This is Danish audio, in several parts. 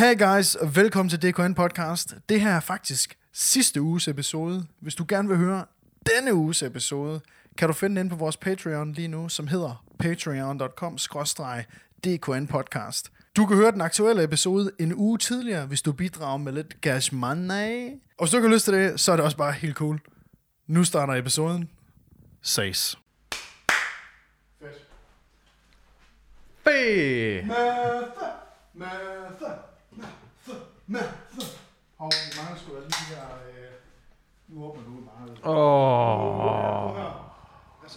Hey guys, og velkommen til DKN Podcast. Det her er faktisk sidste uges episode. Hvis du gerne vil høre denne uges episode, kan du finde den på vores Patreon lige nu, som hedder patreon.com/DKN Podcast. Du kan høre den aktuelle episode en uge tidligere, hvis du bidrager med lidt cash money. Og hvis du ikke har lyst til det, så er det også bare helt cool. Nu starter episoden. Ses. Fedt. Hov, mange skulle jeg lige her. Nu åbner du meget. Altså.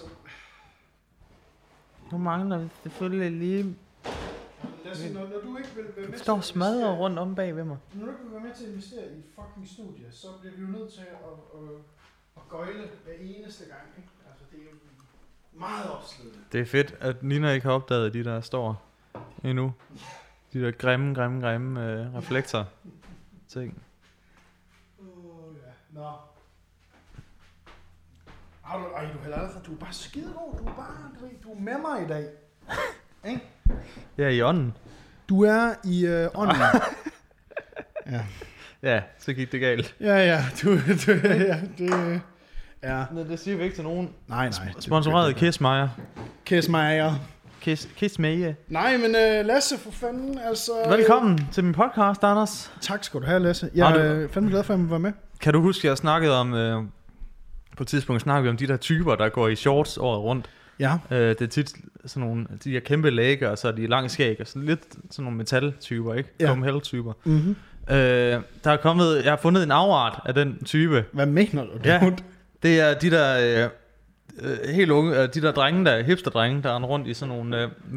Nu mangler vi selvfølgelig lige... Lasse, når du ikke vil være med står smadret rundt om bag ved mig. Når du ikke vil være med til at investere i et fucking studie, så bliver vi jo nødt til at gøjle hver eneste gang. Ikke? Altså, det er jo meget opslidende. Det er fedt, at Nina ikke har opdaget de der står endnu. De der grimme reflektor ting. Ja. Nå. Du heller aldrig, du er bare skidegod. Du er med mig i dag. Ikke? Ja, i ånden. Du er i ånden. Ja, så gik det galt. Ja, det er... Det siger vi ikke til nogen. Nej. Sponsoreret Kiss Meyer. Kiss Meyer. Kiss Meyer. Nej, men Lasse, for fanden, altså... Velkommen til min podcast, Anders. Tak skal du have, Lasse. Jeg er fandme glad for, at jeg var med. Kan du huske, jeg snakkede om... på et tidspunkt snakkede vi om de der typer, der går i shorts året rundt. Ja. Det er tit sådan nogle, de her kæmpe lægger, og så er de lang skæg, og sådan lidt sådan nogle metaltyper, ikke? Ja. Come Hell-typer. Mm-hmm. Der er kommet, jeg har fundet en afart af den type. Hvad mener du? Ja, det er de der helt unge, de der drenge, der hipsterdrenge, der er rundt i sådan nogle med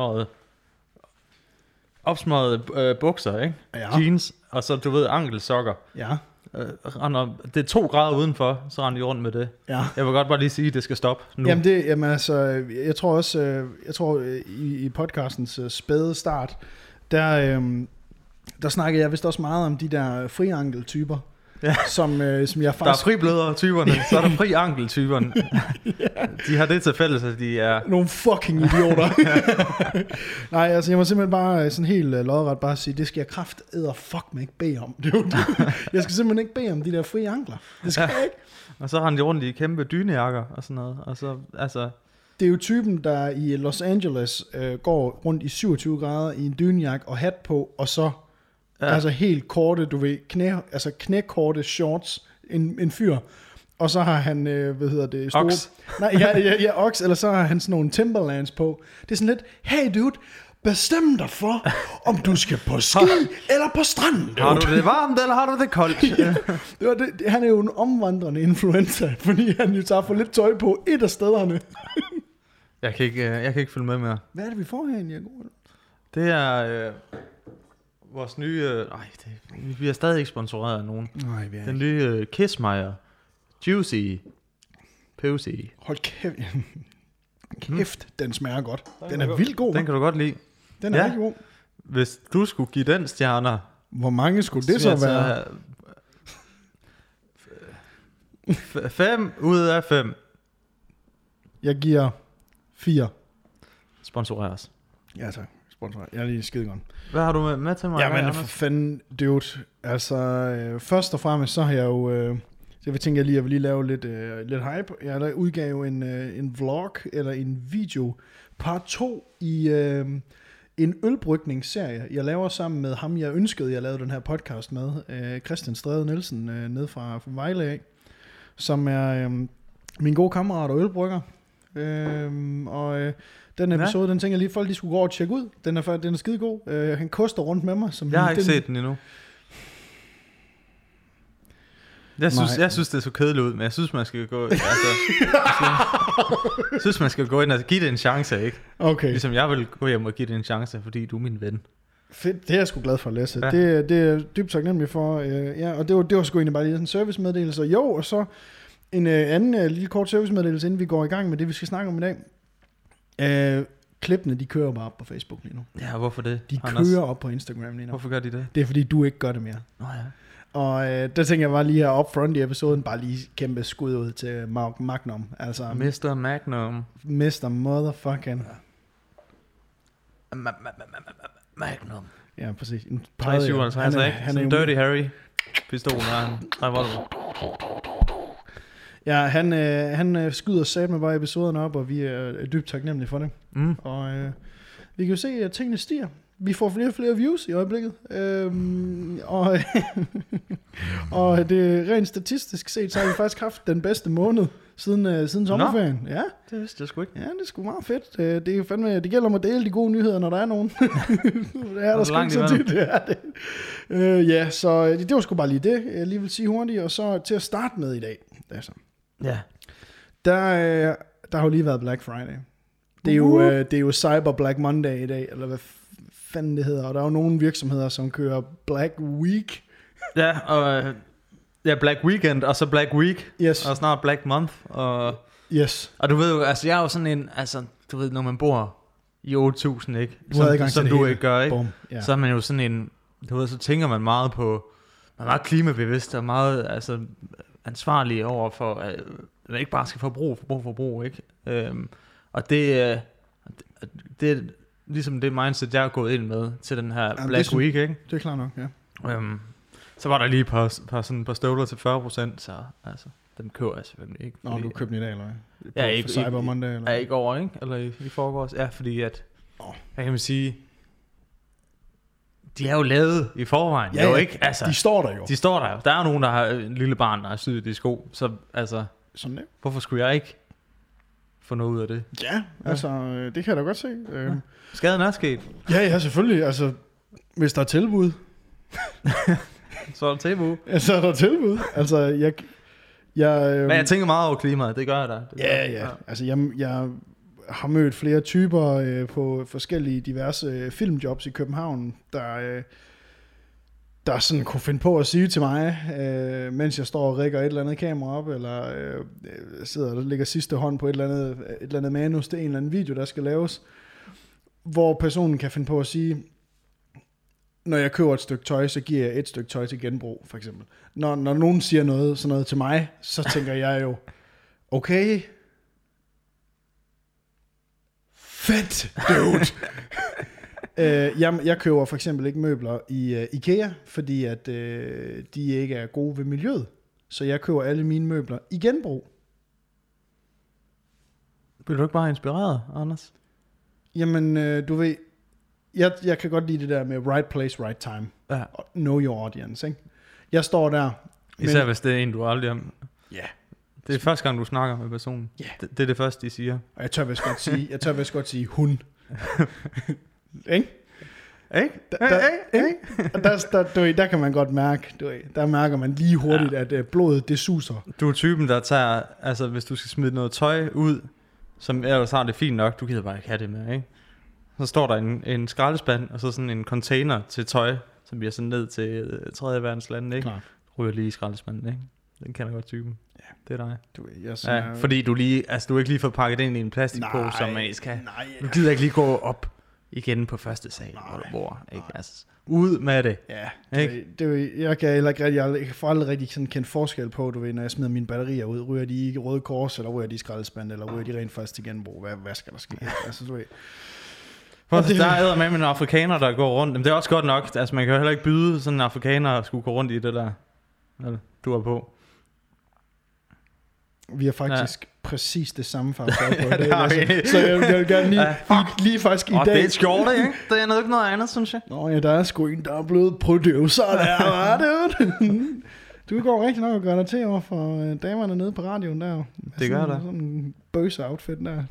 opsmørrede bukser, ikke? Ja. Jeans, og så du ved ankelsokker. Ja. Det er 2 grader udenfor, så render de rundt med det. Ja. Jeg vil godt bare lige sige, at det skal stoppe nu. Jamen altså, jeg tror også, i podcastens spæde start, der snakkede jeg vist også meget om de der friankeltyper. Ja. Som jeg faktisk... Der er friblødere-typerne, så er der fri-ankel-typerne. Ja. De har det til fælles, at de er... Nogle fucking idioter. Nej, altså jeg må simpelthen bare sådan helt lodret bare sige, det skal jeg fuck mig ikke bede om. Jeg skal simpelthen ikke bede om de der frie ankler. Det skal jeg ikke. Og så har de rundt i kæmpe dynejakker og sådan noget. Og så, altså... Det er jo typen, der i Los Angeles går rundt i 27 grader i en dynejakke og hat på, og så... Ja. Altså helt korte, du ved, knækorte shorts, en fyr. Og så har han, store... Ox. Nej, ja, Ox, eller så har han sådan nogle Timberlands på. Det er sådan lidt, hey dude, bestem dig for, om du skal på ski eller på stranden. Dude. Har du det varmt, eller har du det koldt? Ja. Han er jo en omvandrende influencer, fordi han jo tager for lidt tøj på et af stederne. Jeg kan ikke følge med mere. Hvad er det, vi får herinde, Jacob? Det er... vores nye... vi bliver stadig ikke sponsoreret af nogen. Nej, vi er den nye Kiss Meyer. Juicy. Pussy. Hold kæft, den smager godt. Den er vildt god. Den kan du godt lide. Den er rigtig god. Hvis du skulle give den stjerner... Hvor mange skulle det så være? 5 ud af 5. Jeg giver 4. Sponsoreres. Ja tak. Jeg er lige skidegodt. Hvad har du med til mig? Jamen for fanden, dude. Altså, først og fremmest, så har jeg jo... jeg vil lige lave lidt hype. Jeg udgav en vlog, eller en video, part 2 i en ølbrygningsserie. Jeg laver sammen med ham, jeg ønskede, jeg lavede den her podcast med. Christian Stræde Nielsen, ned fra Vejle af. Som er min gode kammerat og ølbrygger. Den episode, den tænker jeg lige, folk de skulle gå over og tjekke ud. Den er skide god. Han koster rundt med mig. Jeg har ikke set den endnu. Jeg synes det er så kedeligt ud, men jeg synes man skal gå man skal gå ind og give det en chance, ikke? Okay. Ligesom jeg vil gå hjem og give det en chance, fordi du er min ven. Fedt, det er jeg sgu glad for at læse. Ja. Det er dybt taknemmelig for. Og det var sgu egentlig bare lige en servicemeddelelse. Jo, og så en anden lille kort servicemeddelelse, inden vi går i gang med det, vi skal snakke om i dag. Klippene, de kører bare op på Facebook lige nu. Ja, hvorfor det? De kører op på Instagram lige nu. Hvorfor gør de det? Det er fordi, du ikke gør det mere. Nå ja. Og der tænker jeg bare lige her up front i episoden, bare lige kæmpe skud ud til Magnum. Altså, Mr. Magnum. Mr. Motherfucking. Magnum. Ja, præcis. En 357, ikke? Han er Dirty Harry pistol, der er en revolver. Ja, han skyder sat med bare episoderne op, og vi er dybt taknemmelige for det. Og vi kan jo se, at tingene stiger. Vi får flere og flere views i øjeblikket. Og det rent statistisk set, så har vi faktisk haft den bedste måned siden sommerferien. Ja. Det vidste jeg sgu ikke. Ja, det er sgu meget fedt. Det er fandme, det gælder om at dele de gode nyheder, når der er nogen. Det er der sgu ikke så tit. Det er det. Ja, så det var sgu bare lige det, jeg lige vil sige hurtigt. Og så til at starte med i dag. Altså. Ja. Der har jo lige været Black Friday. Det er jo Cyber Black Monday i dag, eller hvad fanden det hedder. Og der er jo nogle virksomheder, som kører Black Week. Ja, og Black Weekend, og så Black Week, yes. Og snart Black Month. Og, yes. Og du ved jo, altså jeg er jo sådan en, altså du ved, når man bor i 8.000, ikke? Som du ikke gør, ikke? Yeah. Så er man jo sådan en, du ved, så tænker man meget på, man er meget klimabevidst og meget altså ansvarlig over for, at man ikke bare skal forbrug, ikke? Og det er ligesom det mindset, jeg er gået ind med til den her Black Week, ikke? Det er klart nok, ja. Så var der lige et par støvler til 40%, så altså, dem køber jeg selvfølgelig ikke. Nå, du købte den i dag, eller hvad? Ja, ikke, Cyber Monday, eller? Ja, ikke over, ikke? Eller i forgårs. Ja, fordi at, hvad kan man sige, de er jo lavet i forvejen. Ja, jo ikke, altså, de står der jo. De står der jo. Der er jo nogen, der har en lille barn, der har syet i sko, så altså, sådan det. Hvorfor skulle jeg ikke få noget ud af det? Ja, altså, det kan jeg da godt se. Skaden er sket. Ja, selvfølgelig. Altså, hvis der er tilbud. Så er der tilbud. Ja, så er der tilbud. Altså, men jeg tænker meget over klimaet, det gør jeg da. Ja. Altså, jeg har mødt flere typer på forskellige diverse filmjobs i København, der sådan kunne finde på at sige til mig, mens jeg står og rigger et eller andet kamera op, eller sidder og lægger sidste hånd på et eller andet manus til en eller anden video, der skal laves, hvor personen kan finde på at sige, når jeg køber et stykke tøj, så giver jeg et stykke tøj til genbrug, for eksempel. Når nogen siger sådan noget til mig, så tænker jeg jo, okay, fedt, dude. Jeg køber for eksempel ikke møbler i IKEA, fordi at de ikke er gode ved miljøet. Så jeg køber alle mine møbler i genbrug. Bliver du ikke bare inspireret, Anders? Jamen, du ved, jeg kan godt lide det der med right place, right time. Ja. Know your audience, ikke? Jeg står der. Især hvis det er en, du aldrig om. Ja. Det er første gang, du snakker med personen. Ja. Det er det første, de siger. Og jeg tør vist godt sige hun. Ikke? Og der kan man godt mærke, der mærker man lige hurtigt, at blodet det suser. Du er typen, der tager, altså hvis du skal smide noget tøj ud, som ellers har det fint nok, du gider bare ikke have det med, ikke? Så står der en skraldespand, og så sådan en container til tøj, som bliver sendt ned til tredje verdens lande, ikke? Klar. Ryger lige i skraldespanden, ikke? Den kender godt typen. Ja. Det er dig. Fordi du du ikke lige får pakket ind i en plastikpose, som man skal. Du gider ikke lige gå op igen på første sal, hvor du bor, ikke? Altså, ud med det. Ja, jeg kan heller ikke rigtig, jeg får aldrig rigtig sådan kendt forskel på, du ved, når jeg smider mine batterier ud, ryger de i Røde Kors, eller ryger de i skraldespand, eller ryger de rent faktisk til genbrug, hvad skal der ske? Altså, du ved. Der er med en afrikaner, der går rundt, men det er også godt nok, altså man kan jo heller ikke byde sådan en afrikaner, at skulle gå rundt i det der, du er på. Vi har faktisk præcis det samme farve på i dag. Så jeg vil gerne lige faktisk i dag. Det er et skjorte, ikke? Det er ikke noget andet, synes jeg. Nå ja, der er sgu en, der er blevet producer der, var det? Du går rigtig nok og gør dig til over for damerne nede på radioen der. Det gør der. Sådan en bøse outfit der.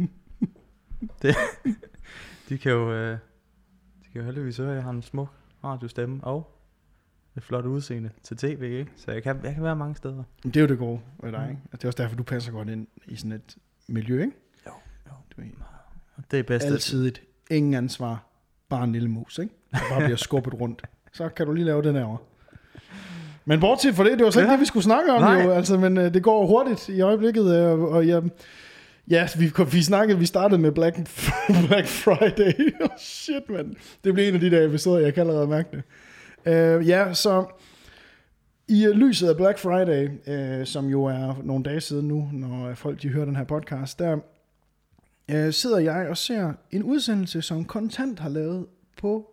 De kan jo heldigvis høre, at jeg har en smuk radiostemme og et flot udseende til tv, ikke? Så jeg kan være mange steder. Det er jo det gode ved dig, ikke? Og det er også derfor, du passer godt ind i sådan et miljø, ikke? Jo. Det er bedst. Altid ingen ansvar, bare en lille mus, ikke? Der bare bliver skubbet rundt. Så kan du lige lave den her. Men bortset fra det var så ikke det, vi skulle snakke om, jo. Altså, men det går hurtigt i øjeblikket, og vi startede med Black Friday. Shit, mand. Det blev en af de der episoder, jeg kan allerede mærke det. Så i lyset af Black Friday, som jo er nogle dage siden nu, når folk de hører den her podcast, der sidder jeg og ser en udsendelse, som Kontant har lavet på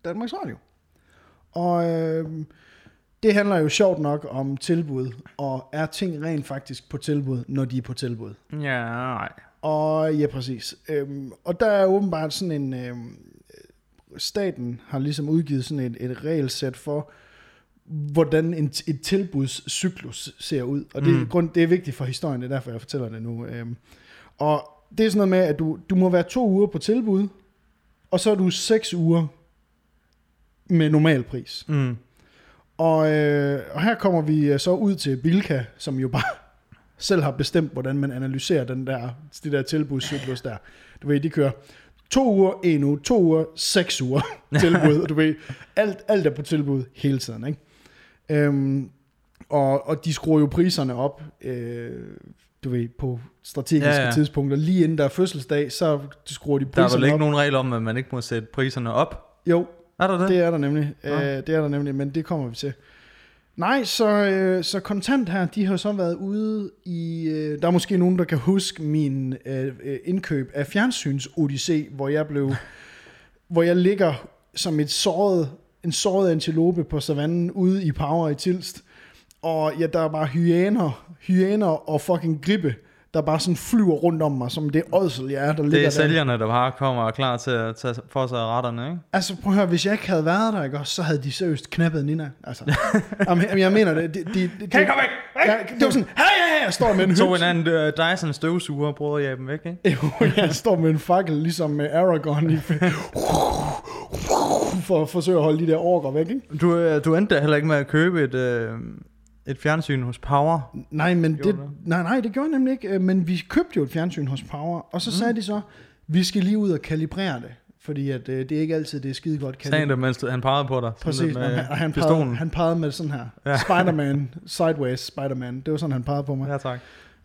Danmarks Radio. Og det handler jo sjovt nok om tilbud, og er ting rent faktisk på tilbud, når de er på tilbud. Ja, nej. Og ja, præcis. Og der er åbenbart sådan en... staten har ligesom udgivet sådan et regelsæt for, hvordan et tilbudscyklus ser ud. Og det er vigtigt for historien, det er derfor, jeg fortæller det nu. Og det er sådan noget med, at du må være 2 uger på tilbud, og så er du 6 uger med normal pris. Og her kommer vi så ud til Bilka, som jo bare selv har bestemt, hvordan man analyserer de der tilbudscyklus der. Du ved, de kører 2 uger, 1 uge, 2 uger, 6 uger tilbud. Og du ved, alt er på tilbud hele tiden, ikke? Og de skruer jo priserne op, du ved, på strategiske tidspunkter. Lige inden der er fødselsdag, så skruer de priserne op. Der er vel ikke nogen regler om, at man ikke må sætte priserne op? Jo, er der det? Det er der nemlig. Det er der nemlig, men det kommer vi til. Nej, så Kontant her, de har så været ude i... der er måske nogen, der kan huske min indkøb af fjernsyns-odyssé, hvor jeg ligger som en såret antilope på savannen ude i Power i Tilst. Og ja, der er bare hyæner og fucking gribe, der bare sådan flyver rundt om mig, som det ådsel, jeg er, der ligger der. Det er sælgerne, der bare kommer klar til at tage for sig af retterne, ikke? Altså, prøv at høre, hvis jeg ikke havde været der, ikke, så havde de seriøst knappet Nina. Altså, jeg mener det. Kan I komme væk? Det var sådan, hey, jeg står med en høns. Så en anden Dyson støvsuger og prøvede jeg dem væk, ikke? Jo, jeg står med en fakkel, ligesom med Aragorn i for at forsøge at holde de der orker væk, ikke? Du endte heller ikke med at købe et fjernsyn hos Power? Nej, men det gjorde jeg nemlig ikke. Men vi købte jo et fjernsyn hos Power, og så sagde de så, vi skal lige ud og kalibrere det, fordi at, det er ikke altid, det er skide godt kalibreret. Sagde det, mens han pegede på dig? Præcis, og han pegede med sådan her. Ja. Spider-Man, sideways Spider-Man, det var sådan, han pegede på mig. Ja, tak.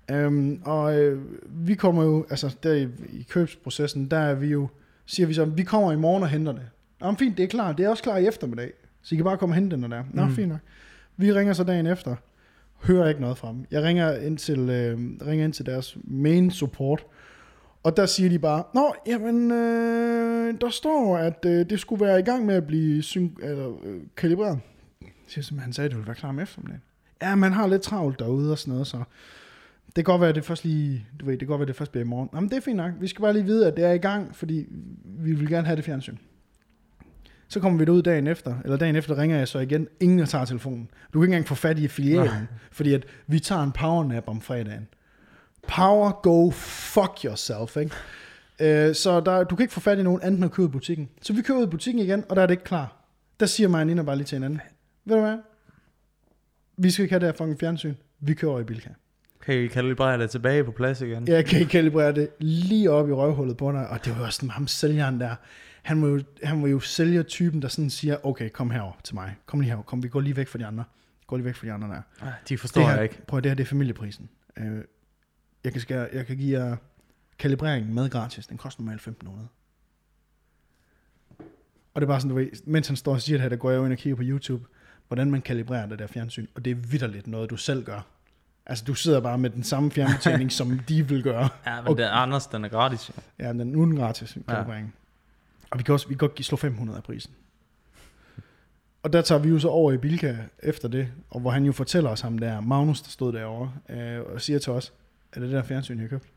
Vi kommer jo, altså der i købsprocessen, der er vi jo, siger vi så, vi kommer i morgen og henter det. Nå, fint, det er klar. Det er også klar i eftermiddag, så I kan bare komme og hente den der. Nå, fint nok. Vi ringer så dagen efter, hører ikke noget fra dem. Jeg ringer ind til deres main support, og der siger de bare, nå, jamen, der står, at det skulle være i gang med at blive kalibreret. Han sagde, at det ville være klar om eftermiddagen. Ja, man har lidt travlt derude og sådan noget, så det kan godt være, at det først lige, du ved, det kan godt være, at det først bliver i morgen. Jamen, det er fint nok. Vi skal bare lige vide, at det er i gang, fordi vi vil gerne have det fjernsyn. Så kommer vi derud dagen efter ringer jeg så igen. Ingen tager telefonen. Du kan ikke engang få fat i filialen, fordi at vi tager en powernap om fredagen. Power, go fuck yourself, ikke? Så du kan ikke få fat i nogen anden at købe i butikken. Så vi køber ud i butikken igen, og der er det ikke klar. Der siger mig og Nina bare lige til hinanden. Ved du hvad? Vi skal ikke have det her fucking fjernsyn. Vi kører over i Bilka. Kan I kalibrere det tilbage på plads igen? Ja, kan I kalibrere det lige op i røvhullet på dig. Og det var jo også ham sælgeren der. Han var jo sælgertypen, der sådan siger, okay, kom herover til mig. Kom lige herover. Vi går lige væk fra de andre. Der. De forstår jeg ikke. Prøv, det her, det er familieprisen. Jeg kan give jer kalibreringen med gratis. Den koster normalt 1.500. Og det er bare sådan, du ved, mens han står og siger det her, der går jeg jo ind og kigger på YouTube, hvordan man kalibrerer det der fjernsyn. Og det er vitterligt noget, du selv gør. Altså, du sidder bare med den samme fjernbetjening, som de vil gøre. Ja, men Anders, den er gratis. Ja, den er uden gratis kalibrering. Ja. Og vi kan godt slå 500 af prisen. Og der tager vi jo så over i Bilka efter det, og hvor han jo fortæller os ham der, Magnus, der stod derovre, og siger til os, er det der fjernsyn, jeg har købt?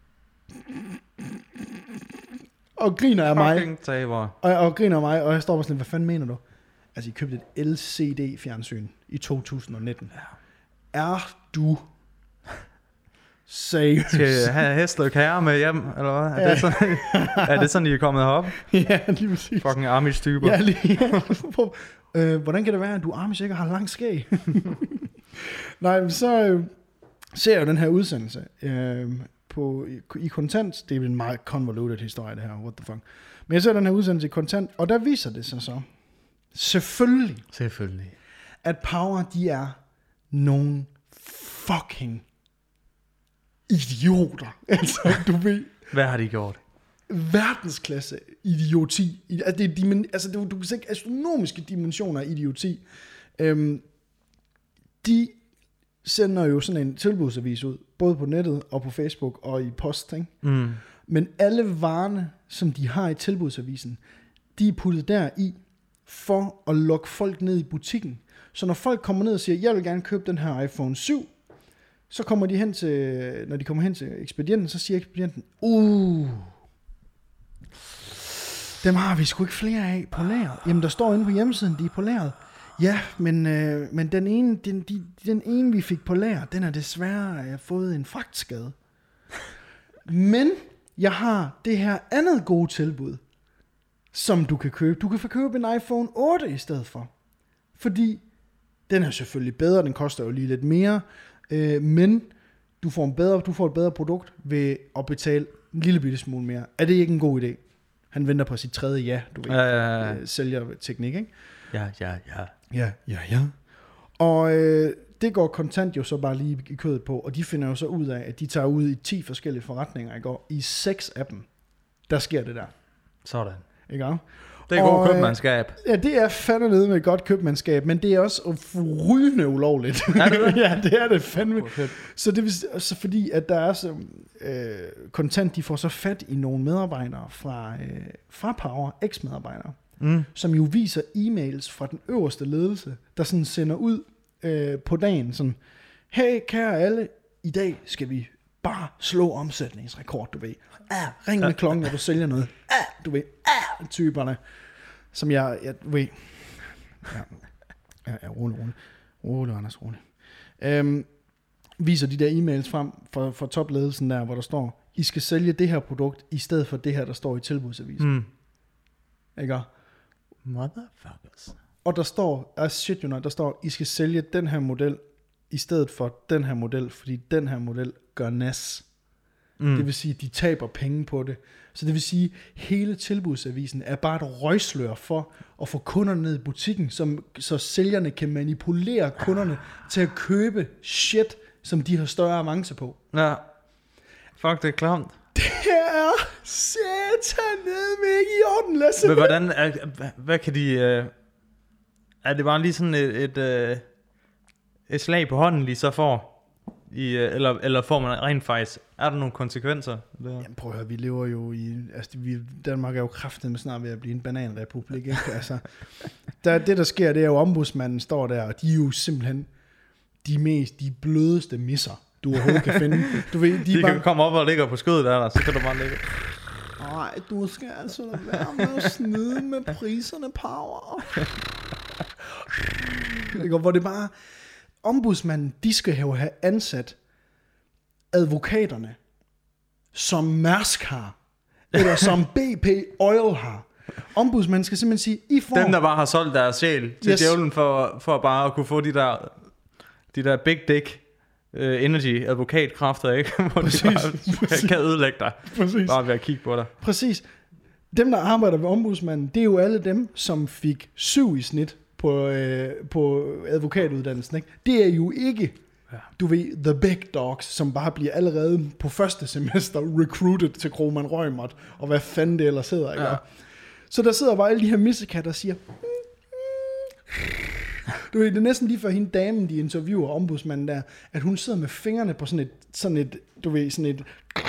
Og griner af mig. Og griner af mig, og jeg står bare sådan, hvad fanden mener du? Altså, I købte et LCD-fjernsyn i 2019. Ja. Er du seriøst? Skal jeg have Hestløk herre med hjem, eller hvad? Er det sådan, I er kommet herop? Ja, lige præcis. Fucking Amish-typer. Ja, lige. Hvordan kan det være, at du Amish ikke har lang skæg? Nej, men så ser jeg jo den her udsendelse i Kontant. Det er en meget convoluted historie, det her. What the fuck. Men jeg ser den her udsendelse i Kontant, og der viser det sig så, selvfølgelig, at Power, de er nogle fucking idioter. Altså, du ved. Hvad har de gjort? Verdensklasse idioti. Altså, du kan se astronomiske dimensioner af idioti. De sender jo sådan en tilbudsavis ud, både på nettet og på Facebook og i post, ikke? Men alle varerne, som de har i tilbudsavisen, de er puttet der i, for at lokke folk ned i butikken. Så når folk kommer ned og siger, jeg vil gerne købe den her iPhone 7, så kommer de hen til, når de kommer hen til ekspedienten, så siger ekspedienten, dem har vi sgu ikke flere af på lageret. Jamen, der står inde på hjemmesiden, de er på lageret. Ja, men den ene, vi fik på lager, den er desværre fået en fragtskade. Men jeg har det her andet gode tilbud, som du kan købe. Du kan få købe en iPhone 8 i stedet for. Fordi den er selvfølgelig bedre, den koster jo lige lidt mere, men du får et bedre produkt ved at betale en lille bitte smule mere. Er det ikke en god idé? Han venter på sit tredje ja, du ved, sælgerteknik, ikke? Ja. Og det går Kontant jo så bare lige i kødet på, og de finder jo så ud af, at de tager ud i 10 forskellige forretninger, ikke? Og i 6 af dem, der sker det der. Sådan. Ikke? Det er god købmandskab. Ja, det er fandme nede med et godt købmandskab, men det er også rygende ulovligt. Er det det? Ja, det er det fandme. Så det vil, så fordi, at der er så Kontant, de får så fat i nogle medarbejdere fra Power, eks-medarbejdere, som jo viser e-mails fra den øverste ledelse, der sådan sender ud på dagen, sådan, hey, kære alle, i dag skal vi bare slå omsætningsrekord, du ved. Ring med klokken, når du sælger noget. Du ved, typerne, som jeg ved. Ja, rolig, Anders, rolig. Viser de der e-mails frem fra topledelsen der, hvor der står, I skal sælge det her produkt, i stedet for det her, der står i tilbudsavisen. Ikke? Motherfuckers. Og der står, I skal sælge den her model, i stedet for den her model, fordi den her model gør nas. Det vil sige, at de taber penge på det. Så det vil sige, at hele tilbudsavisen er bare et røgslør for at få kunderne ned i butikken, så sælgerne kan manipulere kunderne til at købe shit, som de har større avance på. Ja. Fuck, det er klamt. Det er satanede med ikke i orden, Lasse. Men hvordan, hvad kan de... er det bare lige sådan et slag på hånden, de så får? Eller får man rent faktisk? Er der nogle konsekvenser? Jamen prøv at høre, vi lever jo i... Altså, Danmark er jo kraftedeme snart ved at blive en bananrepublik, ikke? Altså, det der sker, det er jo, ombudsmanden står der, og de er jo simpelthen de blødeste misser, du overhovedet kan finde. Du ved, de kan komme op og ligge på skødet der, så kan du bare ligge. Nej, du skal altså lade være med at snyde med priserne, Power. Hvor det bare... Ombudsmanden, de skal jo have ansat advokaterne, som Mærsk har, eller som BP Oil har. Ombudsmanden skal simpelthen sige, I får... Dem, der bare har solgt deres sjæl til djævlen for bare at kunne få de der big dick energy advokatkræfter, ikke? Hvor de bare kan ødelægge dig. Præcis. Bare ved at kigge på dig. Præcis. Dem, der arbejder ved ombudsmanden, det er jo alle dem, som fik 7 i snit på advokatuddannelsen, ikke? Det er jo ikke, du ved, the big dogs, som bare bliver allerede på første semester recruited til Kromann Reumert, og hvad fanden det ellers hedder, ikke? Ja. Så der sidder bare alle de her missekatter og siger, du ved, det er næsten lige for hende damen, de interviewer ombudsmanden der, at hun sidder med fingrene på sådan et du ved, sådan et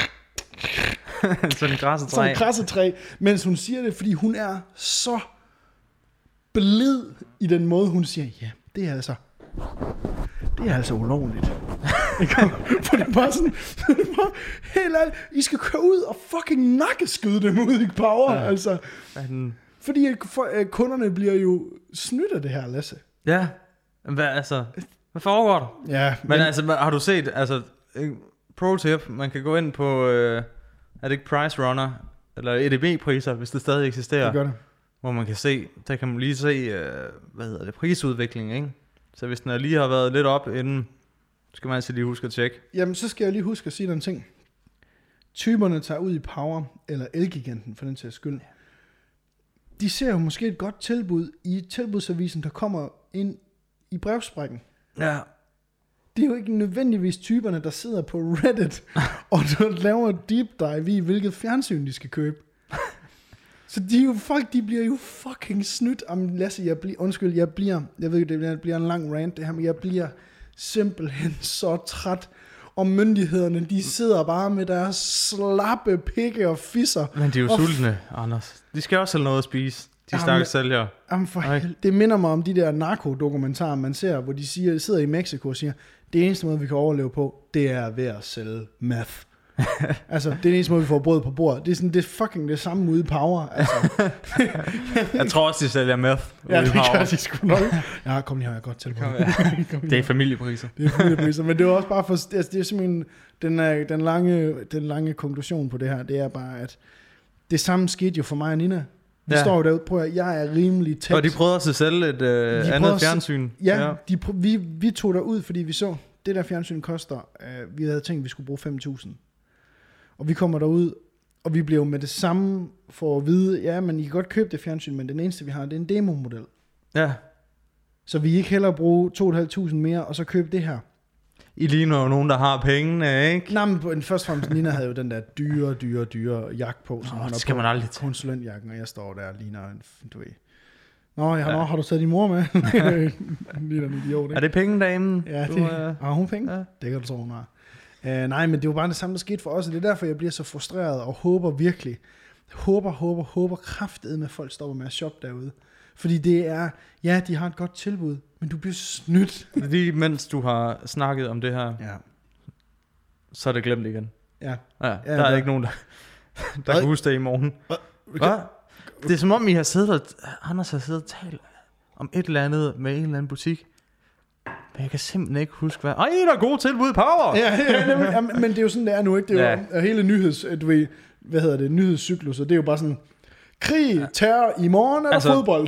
sådan et græssetræ, mens hun siger det, fordi hun er så blid i den måde, hun siger, ja, det er altså ulovligt. For det er bare sådan, helt ærligt, I skal køre ud og fucking nakkeskyde dem ud i Power, altså. Fordi kunderne bliver jo snydt af det her, Lasse. Ja, hvad foregår der? Ja. Men altså, har du set, altså, pro tip, man kan gå ind på, er det ikke Price Runner, eller EDB-priser, hvis det stadig eksisterer. Det gør det. Hvor man kan se, der kan man lige se, prisudvikling, ikke? Så hvis den lige har været lidt op inden, skal man altså lige huske at tjekke. Jamen, så skal jeg lige huske at sige den ting. Typerne tager ud i Power, eller Elgiganten for den sags skyld. De ser jo måske et godt tilbud i tilbudsavisen, der kommer ind i brevsprækken. Ja. Det er jo ikke nødvendigvis typerne, der sidder på Reddit, og der laver deep dive i, hvilket fjernsyn de skal købe. Så de bliver jo fucking snydt. Lasse, jeg ved ikke, det bliver en lang rant det her, men jeg bliver simpelthen så træt. Og myndighederne, de sidder bare med deres slappe pikke og fisser. Men de er jo sultne, Anders. De skal også have noget at spise. De stakkels sælgere. Det minder mig om de der narkodokumentarer, man ser, hvor de sidder i Mexico og siger, det eneste måde, vi kan overleve på, det er ved at sælge meth. Altså, det er den eneste måde, vi får brød på bordet. Det er sådan, det er fucking det samme ude i Power. Altså. Jeg tror også, de sælger meth ude i Power. Ja, det gør de sgu nok. Ja, kom lige her, jeg godt til. Det er familiepriser. Det er familiepriser, men det er også bare for, altså, det er simpelthen, den lange konklusion på det her, det er bare, at det samme skete jo for mig og Nina. Vi står jo derude, prøv at jeg er rimelig tæt. Og de prøvede også at sælge et andet fjernsyn. Ja, vi tog derud, fordi vi så, det der fjernsyn koster, vi havde tænkt, at vi skulle bruge 5.000. Og vi kommer derud, og vi bliver med det samme for at vide, ja, men I kan godt købe det fjernsyn, men den eneste vi har, det er en demo-model. Ja. Så vi ikke hellere bruge 2.500 mere, og så købe det her. I ligner jo nogen, der har pengene, ikke? Nej, men først og fremmest, Nina havde jo den der dyre jakke på. Som det skal man aldrig tage. Konsulentjakken, og jeg står der og ligner en, du ved. Nå, har du taget din mor med? Ligner en idiot, ikke? Er det pengedamen? Ja, har hun penge? Ja. Det kan du tro, hun har. Nej, men det er jo bare det samme, der skete for os, og det er derfor, jeg bliver så frustreret og håber virkelig, håber kraftedeme, at folk stopper med at shoppe derude. Fordi det er, ja, de har et godt tilbud, men du bliver snydt. Lige mens du har snakket om det her, så er det glemt igen. Ja. Der er ikke nogen, der kan huske det i morgen. Hvad? Det er som om, Anders har siddet og talt om et eller andet med en eller anden butik. Men jeg kan simpelthen ikke huske, hvad... Ej, der er gode tilbud, Power! Ja, men det er jo sådan, det er nu, ikke? Det er jo hele nyhedscykluser. Det er jo bare sådan, krig, terror, i morgen eller fodbold.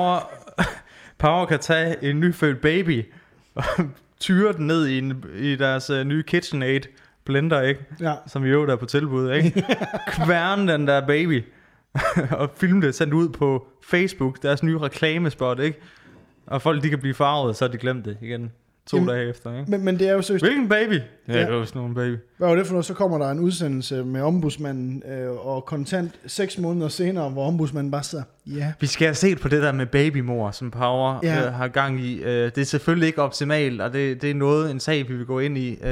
Power kan tage en nyfødt baby og tyre den ned i deres nye KitchenAid blender, ikke? Ja. Som vi jo der på tilbud, ikke? Kværne den der baby og filme det, sendt ud på Facebook, deres nye reklamespot, ikke? Og folk, de kan blive farvet, så har de glemt det igen 2 dage efter, ikke? Men det er jo seriøst. Hvilken baby? Ja, det var sådan en baby. Hvad var det for noget? Så kommer der en udsendelse med ombudsmanden og kontant 6 måneder senere, hvor ombudsmanden bare siger, ja. Vi skal have set på det der med babymor, som Power har gang i. Det er selvfølgelig ikke optimalt, og det er noget, en sag, vi vil gå ind i.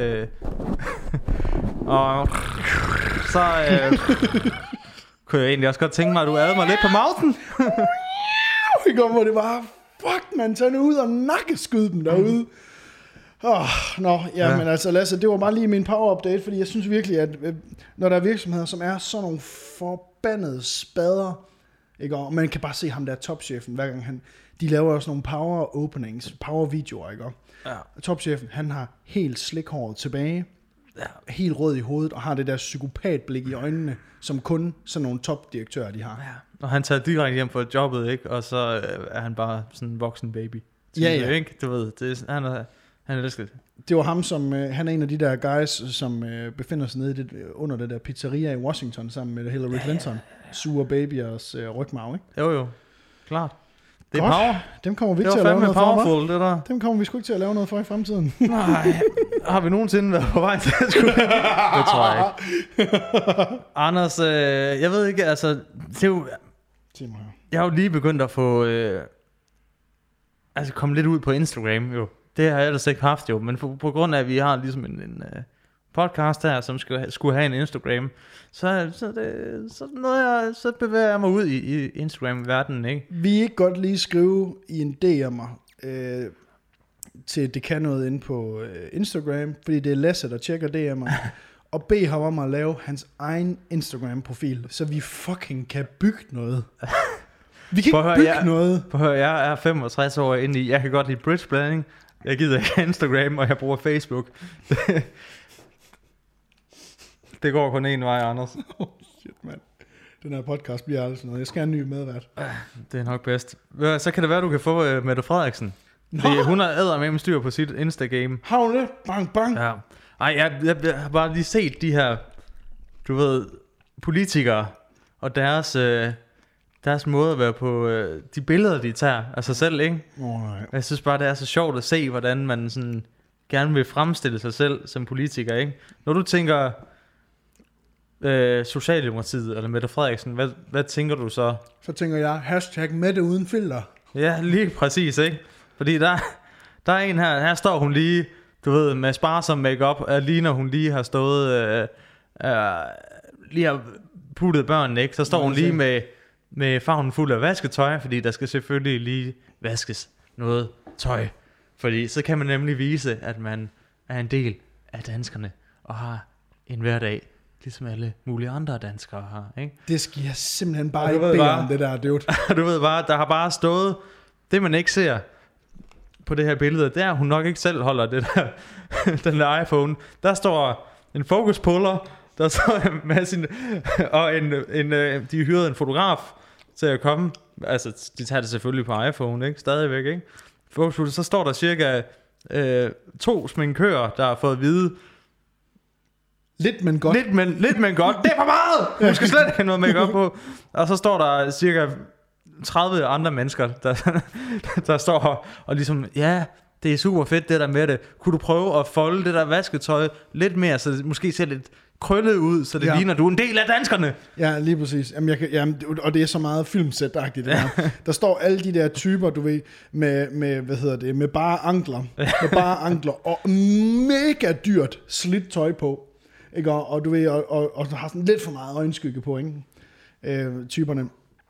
Og så kunne jeg egentlig også godt tænke mig, at du adede mig lidt på mouten. I går, hvor det var... Fuck, man, tager nu ud og nakkeskyde dem derude. Men altså Lasse, det var bare lige min power-update, fordi jeg synes virkelig, at når der er virksomheder, som er sådan nogle forbandede spader, ikke? Og man kan bare se ham der topchefen, hver gang de laver også nogle power-openings, power-videoer, ikke? Ja. Topchefen, han har helt slikhåret tilbage, helt rød i hovedet, og har det der psykopatblik i øjnene, som kun sådan nogle topdirektører, de har. Ja. Og han tager direkte hjem fra jobbet, ikke? Og så er han bare sådan en voksen baby. Ja. Ikke? Du ved, han elsker det. Det var ham, som han er en af de der guys, som befinder sig nede under det der pizzeria i Washington, sammen med Hillary Clinton. Sure babyers rygmarv, ikke? Jo, klart. Det er power. Dem kommer vi ikke til at lave noget for, det der. Dem kommer vi sgu ikke til at lave noget for i fremtiden. Nej, har vi nogensinde været på vej til at skulle? Det tror jeg ikke. Anders, jeg ved ikke, altså, det er jo... Jeg har jo lige begyndt at få... komme lidt ud på Instagram, jo. Det har jeg ellers ikke haft, jo. Men på grund af, at vi har ligesom en podcast her, som skulle have en Instagram, så bevæger jeg mig ud i Instagram-verdenen, ikke? Vi ikke godt lige skrive i en DM'er til det kan noget inde på Instagram, fordi det er Lasse, der tjekker DM'er, og bede ham om at lave hans egen Instagram-profil, så vi fucking kan bygge noget. Vi kan ikke bygge noget. Jeg er 65 år inde i, jeg kan godt lide bridgeblanding, jeg gider ikke Instagram, og jeg bruger Facebook. Det går kun en vej, Anders. Shit, mand. Den her podcast bliver aldrig sådan noget. Jeg skal have en ny medvært. Det er nok bedst. Så kan det være, du kan få Mette Frederiksen. Hun har eddermame styr på sit Instagram. Har hun det? Bang, bang. Ja. Ej, jeg har bare lige set de her, du ved, politikere og deres måde at være på, de billeder, de tager af sig selv, ikke? Nej. Jeg synes bare, det er så sjovt at se, hvordan man sådan gerne vil fremstille sig selv som politiker, ikke? Når du tænker Socialdemokratiet eller Mette Frederiksen, hvad tænker du så? Så tænker jeg, #Mette uden filter. Ja, lige præcis, ikke? Fordi der er en her står hun lige, du ved, med sparsom makeup, lige når hun lige har stået, lige har puttet børnene, ikke? Så står hun lige med favnen fuld af vasketøj, fordi der skal selvfølgelig lige vaskes noget tøj. Fordi så kan man nemlig vise, at man er en del af danskerne og har en hverdag, ligesom alle mulige andre danskere har, ikke? Det skal jeg simpelthen bare ikke bede om, det der, dude. Du ved bare, der har bare stået, det man ikke ser på det her billede, det er, hun nok ikke selv holder det der, den der iPhone. Der står en fokuspuller, der står med sin, og de hyrede en fotograf til at komme. Altså, de tager det selvfølgelig på iPhone, ikke? Stadigvæk, ikke? Fokuspuller, så står der cirka 2 sminkører, der har fået at vide, lidt men godt. Lidt men godt. Det er for meget! Du skal slet ikke have noget make-up på. Og så står der cirka 30 andre mennesker, der står og ligesom, ja, det er super fedt det der med det. Kunne du prøve at folde det der vasketøj lidt mere, så det måske ser lidt krøllet ud, så det ligner, du er en del af danskerne. Ja, lige præcis. Jamen, og det er så meget filmsæt-agtigt. Der står alle de der typer, du ved, med hvad hedder det, med bare ankler, og mega dyrt slidt tøj på. Ikke? Og du ved, og har sådan lidt for meget øjenskygge på, ikke? Typerne.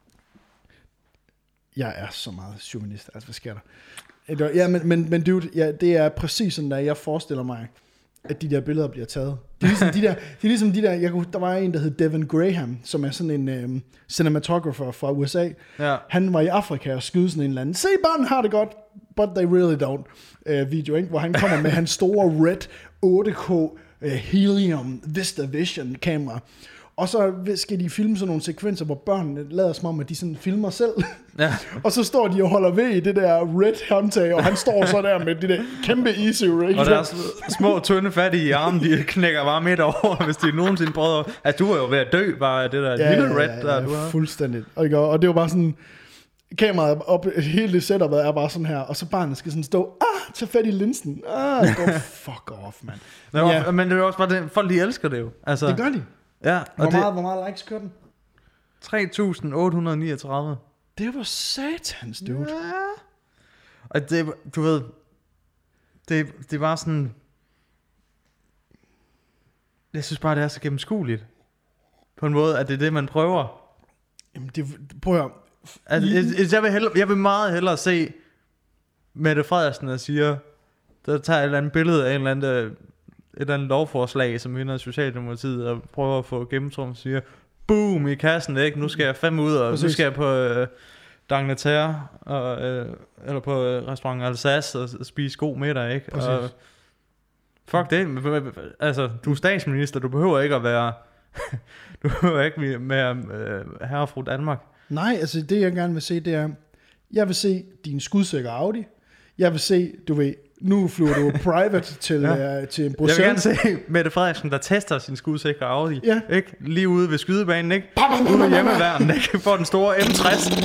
Jeg er så meget chauvinist, altså hvad sker der? Ja, men dude, ja, det er præcis sådan, der jeg forestiller mig, at de der billeder bliver taget. Det er ligesom de der, der var en, der hed Devin Graham, som er sådan en cinematographer fra USA. Ja. Han var i Afrika og skød sådan en eller anden, se børn har det godt, but they really don't, video, ikke? Hvor han kommer med hans store red 8K Helium VistaVision kamera. Og så skal de filme sådan nogle sekvenser, hvor børnene lader som om, at de sådan filmer selv. Ja. Og så står de og holder ved i det der red håndtag, og han står så der med det der kæmpe easy rig. Og der er små tynde fattige i armen, de knækker bare midt over, hvis de nogensinde prøver. Altså, du er jo ved at dø bare af det der lille red, der du har. Fuldstændigt. Og det var bare sådan, kameraet op, hele det setupet er bare sådan her, og så barnet skal sådan stå, tage fat i linsen. Go fuck off, man. Ja. Men det er jo også bare det, folk de elsker det jo. Altså, det gør de. Ja, hvor meget likes kører den? 3.839. Det var satans, dude. Ja. Og det, du ved, det var sådan, jeg synes bare, det er så gennemskueligt. På en måde, at det er det, man prøver. Jamen, prøv at altså, jeg vil meget hellere se Mette Frederiksen, der siger, der tager et eller andet billede af et eller andet lovforslag, som vinder Socialdemokratiet, og prøver at få gennemtrummet, og siger, boom, i kassen, ikke? Nu skal jeg 5 ud, og nu skal jeg på D'Angleterre, eller på restaurant Alsace, og spise god middag, ikke? Og fuck det, altså, du er statsminister, du behøver ikke at være, du behøver ikke være herre og fru Danmark. Nej, altså det jeg gerne vil se, det er, jeg vil se din skudsikre Audi, jeg vil se, du ved, nu flyver du private til Bruxelles. Jeg vil gerne se Mette Frederiksen, der tester sin skudsikre Audi. Ja. Ikke? Lige ude ved skydebanen, ikke? Ude ved hjemmeværnen, ikke? For den store M60.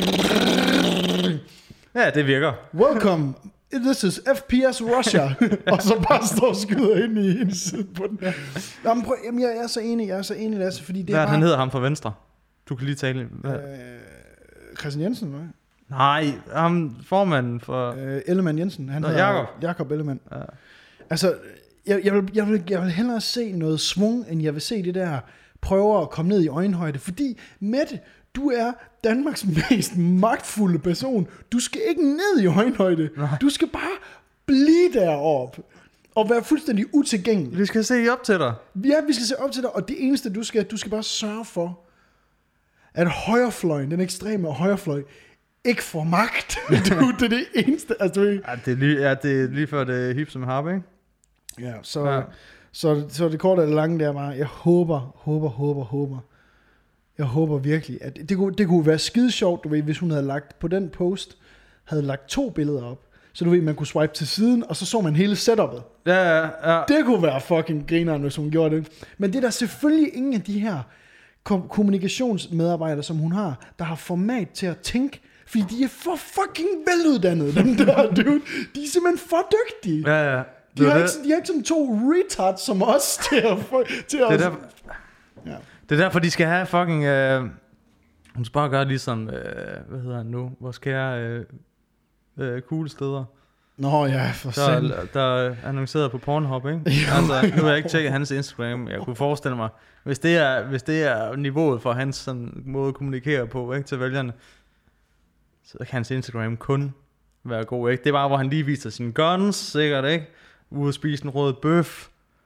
Ja, det virker. Welcome, this is FPS Russia. Og så bare står og skyder ind i en side på den her. Jamen, jeg er så enig, Lasse, fordi det er bare... Han hedder ham fra Venstre. Du kan lige tale... Christian Jensen, hvad? Nej, ham formanden for... Ellemann Jensen. Han hedder Jakob Ellemann. Ja. Altså, jeg vil hellere se noget svung, end jeg vil se det der prøver at komme ned i øjenhøjde. Fordi, Mette, du er Danmarks mest magtfulde person. Du skal ikke ned i øjenhøjde. Nej. Du skal bare blive deroppe. Og være fuldstændig utilgængelig. Vi skal se op til dig. Ja, vi skal se op til dig. Og det eneste, du skal bare sørge for, at højrefløjen, den ekstreme højrefløj, ikke får magt. Det er det eneste. Altså, det er lige før det er hip som harp, ikke? Ja, så det korte og det lange der var, jeg håber. Jeg håber virkelig, at det kunne være skide sjovt, du ved, hvis hun havde lagt på den post, havde lagt 2 billeder op. Så du ved, man kunne swipe til siden, og så man hele setupet. Ja. Det kunne være fucking grineren, hvis hun gjorde det. Men det er der selvfølgelig ingen af de her kommunikationsmedarbejdere, som hun har, der har format til at tænke, fordi de er for fucking veluddannede, dem der, dude. De er simpelthen for dygtige. Ja. De har ikke sådan 2 retards som os til at... Det er derfor, de skal have fucking... hun skal bare gøre ligesom... hvad hedder han nu? Vores kære kuglesteder. Nå ja, for satan. Der er annonceret på Pornhub, ikke? Altså, nu har jeg ikke tjekket hans Instagram. Jeg kunne forestille mig, hvis det er niveauet for hans sådan, måde at kommunikere på, ikke, til vælgerne, så kan hans Instagram kun være god, ikke? Det er bare, hvor han lige viser sine guns, sikkert, ikke? Ude at spise en rød bøf.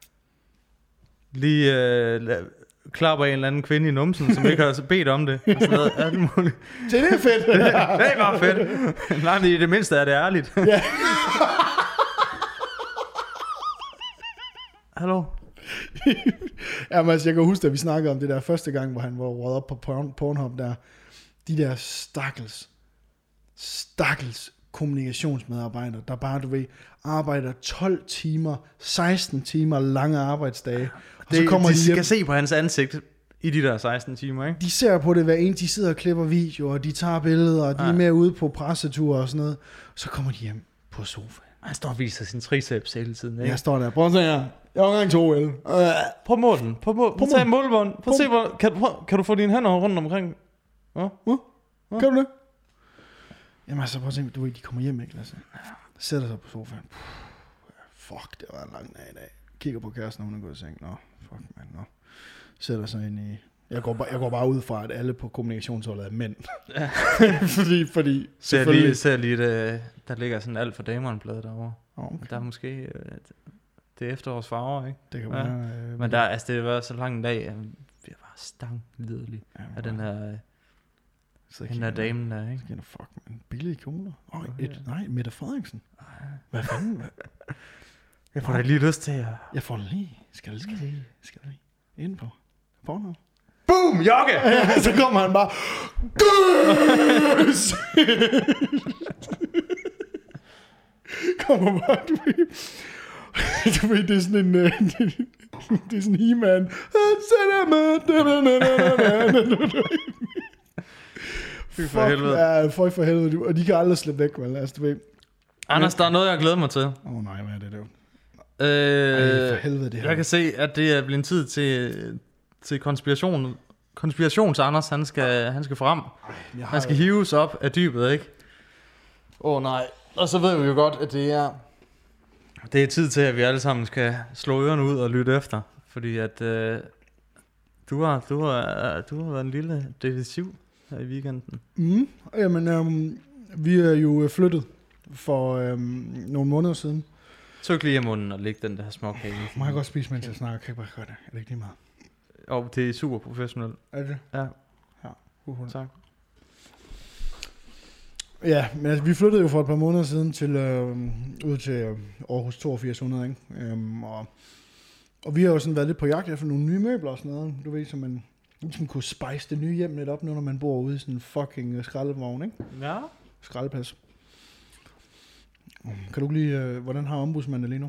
Lige klapper en eller anden kvinde i numsen, som ikke har bedt om det. Og sådan noget, alt muligt. Det er fedt. Det er bare fedt. Nej, men i det mindste er det ærligt. Ja. Hallo? Jamen, altså, jeg kan huske, at vi snakkede om det der første gang, hvor han var røget op på Pornhub der. De der stakkels kommunikationsmedarbejdere, der bare, du ved, arbejder 12 timer, 16 timer lange arbejdsdage. Og så kommer de hjem. skal se på hans ansigt i de der 16 timer, ikke? De ser på det hver en, de sidder og klipper videoer, de tager billeder, og de er med ude på presseture og sådan noget. Så kommer de hjem på sofaen. Han står og viser sin triceps hele tiden, ikke? Jeg står der, prøv at se her. Jeg har engang 2 el. Prøv målen. Prøv at tage målbånd. Prøv at se, kan du få dine hænder rundt omkring? Ja? Kan du det? Jamen altså, prøv at se, du ved, de kommer hjem, ikke, Lasse? Sætter sig på sofaen. Fuck, det var en lang dag i dag. Kigger på kæresten, hun er gået i seng. Nå, fuck, man, nå. Sætter sig ind i... Jeg går bare ud fra, at alle på kommunikationsholdet er mænd. Ja. fordi ser lige der ligger sådan alt for damerne-blad derovre. Okay. Der er måske... det er efterårs farver, ikke? Det kan være. Men der, altså, det var så lang en dag, at vi var bare stanglidelig af den her... den der damen der, ikke? Så fuck, man. Billige kjoler. Nej, Mette Frederiksen. Hvad fanden? Jeg får da lige lyst til at... Jeg får lige. Skal lige. Ind på Pornhub. Boom! Jokke! Ja, så kommer han bare... Gøs! Kommer bare, du ved, det er sådan en... det er sådan en He-Man. Fy for helvede. Ja, for helvede. Og de kan aldrig slippe væk, vel? Altså, du ved. Anders, der er noget, jeg glæder mig til. Nej, hvad er det der? For helvede, det her. Jeg kan se, at det er blevet en tid til konspirations Anders, han skal frem. Han skal hives op af dybet, ikke? Nej. Og så ved vi jo godt, at det er tid til, at vi alle sammen skal slå ørerne ud og lytte efter. Fordi at du har været en lille detektiv her i weekenden. Jamen, vi er jo flyttet for nogle måneder siden. Tøk lige i munden og læg den der småkage. Må jeg godt spise, mens jeg snakker? Kan jeg bare gøre det? Er det ikke lige meget? Det er super professionelt. Er det? Ja. Tak. Ja, men altså, vi flyttede jo for et par måneder siden ud til Aarhus 8200, ikke? Og vi har jo sådan været lidt på jagt efter nogle nye møbler og sådan noget. Du ved, så man ligesom kunne spice det nye hjem lidt op, når man bor ude i sådan en fucking skraldevogn, ikke? Ja. Skraldeplads. Kan du lige, hvordan har ombudsmanden lige nu?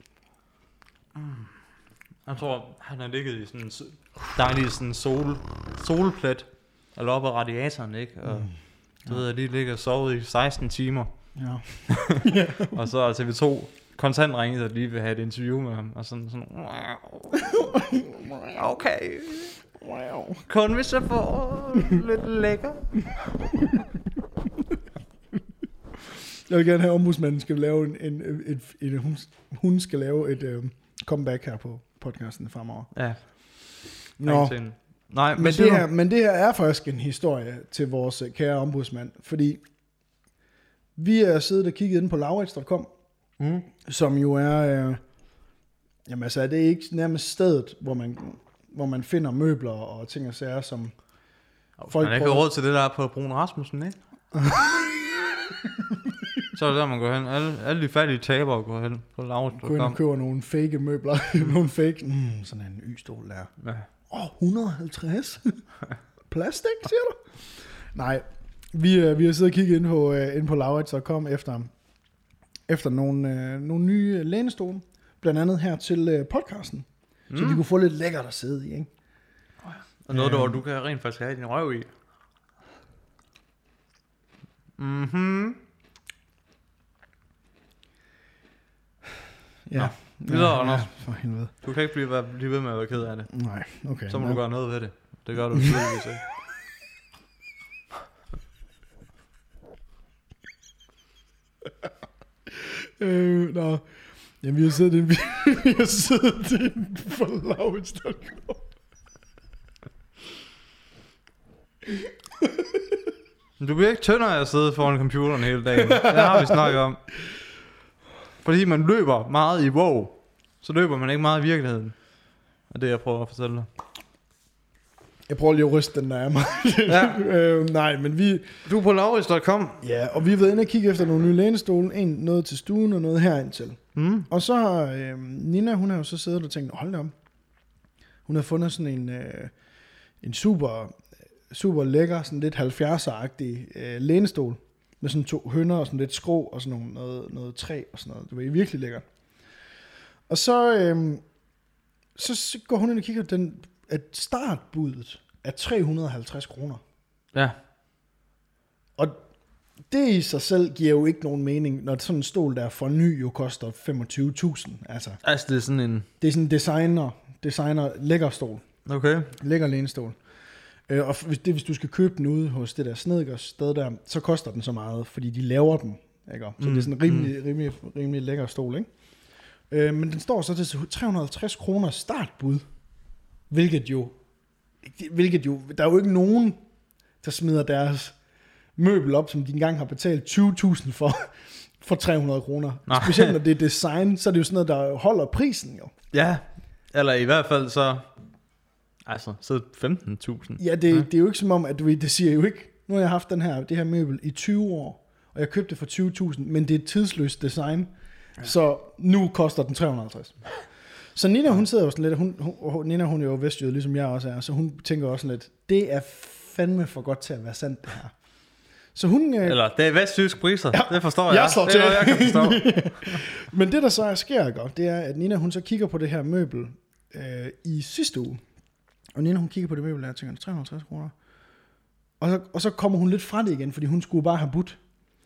Jeg tror, han har ligget i sådan en dejlig sådan solplet, eller oppe af radiatoren, ikke? Og du ved, jeg lige ligger og sovet i 16 timer. Ja. Og så er TV2 konstant ringet, at lige vil have et interview med ham, og sådan okay. Wow. Kun hvis jeg får lidt lækker. Jeg vil gerne have, at ombudsmanden skal lave hun skal lave et comeback her på podcasten fremover. Ja. Nå. Nej, men det her er faktisk en historie til vores kære ombudsmand, fordi vi er siddet og kigget inde på laurits.com, som jo er, jamen altså, det er ikke nærmest stedet, hvor man finder møbler og ting og sager, som folk man har ikke råd til det der på Brun Rasmussen, ikke? Så er det der, man går hen. Alle de fattige tabere går hen på laurits.com. Gå ind og køber nogle fake møbler. Nogle fake, sådan en y-stol der. Ja. 150? Plastik, siger du? Nej, vi har siddet og kigget ind på laurits.com efter nogle nye lænestole. Blandt andet her til podcasten. Så vi kunne få lidt lækkert at sidde i, ikke? Og noget, du kan rent faktisk have din røv i. Ja. Videre, Anders. For helvede. Du kan ikke blive ved med at være ked af det. Nej, okay. Så må du gøre noget ved det. Det gør du tydeligvis ikke. Nå. Jamen, vi har siddet inde på Laurits.com. Du bliver ikke tyndere af at sidde foran computeren hele dagen. Det har vi snakket om. Fordi man løber meget i WoW, så løber man ikke meget i virkeligheden. Og det jeg prøver at fortælle dig. Jeg prøver lige at ryste den der af mig. Ja. Nej, men vi... Du er på Laurits.com. Ja, og vi har været inde og kigge efter nogle nye lænestole. Noget til stuen og noget herind til. Og så har Nina, hun har jo så siddet og tænkt, hold da om. Hun har fundet sådan en super lækker, sådan lidt 70'er-agtig lænestol. Med sådan 2 hønder og sådan lidt skrå og sådan noget træ og sådan noget. Det var virkelig lækkert. Og så går hun ind og kigger, at startbuddet er 350 kroner. Ja. Og det i sig selv giver jo ikke nogen mening, når sådan en stol der for ny jo koster 25.000. Altså Det er sådan en... Det er sådan en designer lækker stol. Okay. Lækker lænestol. Og hvis du skal købe den ude hos det der Snedkers sted der, så koster den så meget, fordi de laver den. Ikke? Så det er sådan en rimelig lækker stol, ikke? Men den står så til 350 kroner startbud, hvilket jo, der er jo ikke nogen, der smider deres møbel op, som de engang har betalt 20.000 for 300 kroner. Nej. Specielt når det er design, så er det jo sådan noget, der holder prisen jo. Ja, eller i hvert fald så 15.000. Ja, det er jo ikke som om, at det siger jo ikke, nu har jeg haft det her møbel i 20 år, og jeg købte det for 20.000, men det er et tidsløst design, så nu koster den 350. Så Nina, hun sidder jo sådan lidt, Nina, hun er jo vestjyde, ligesom jeg også er, så hun tænker også sådan lidt, det er fandme for godt til at være sandt, det her. Så hun... Eller, det er vestjysk priser, ja, det forstår jeg. Det er noget, jeg kan forstå. Men det, der så sker godt, det er, at Nina, hun så kigger på det her møbel i sidste uge. Og Nina, hun kigger på det møbel, og jeg tænker, 350 kroner. Og så kommer hun lidt fra det igen, fordi hun skulle bare have budt.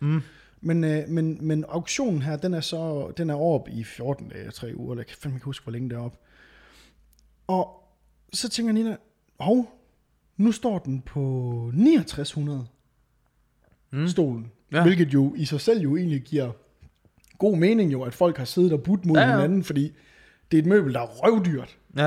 Men auktionen her, den er oppe i 14 dage, 3 uger, eller jeg kan fandme ikke huske, hvor længe det er oppe. Og så tænker Nina, nu står den på 6900 stolen, hvilket jo i sig selv jo egentlig giver god mening jo, at folk har siddet og budt mod hinanden, fordi det er et møbel, der er røvdyrt. Ja.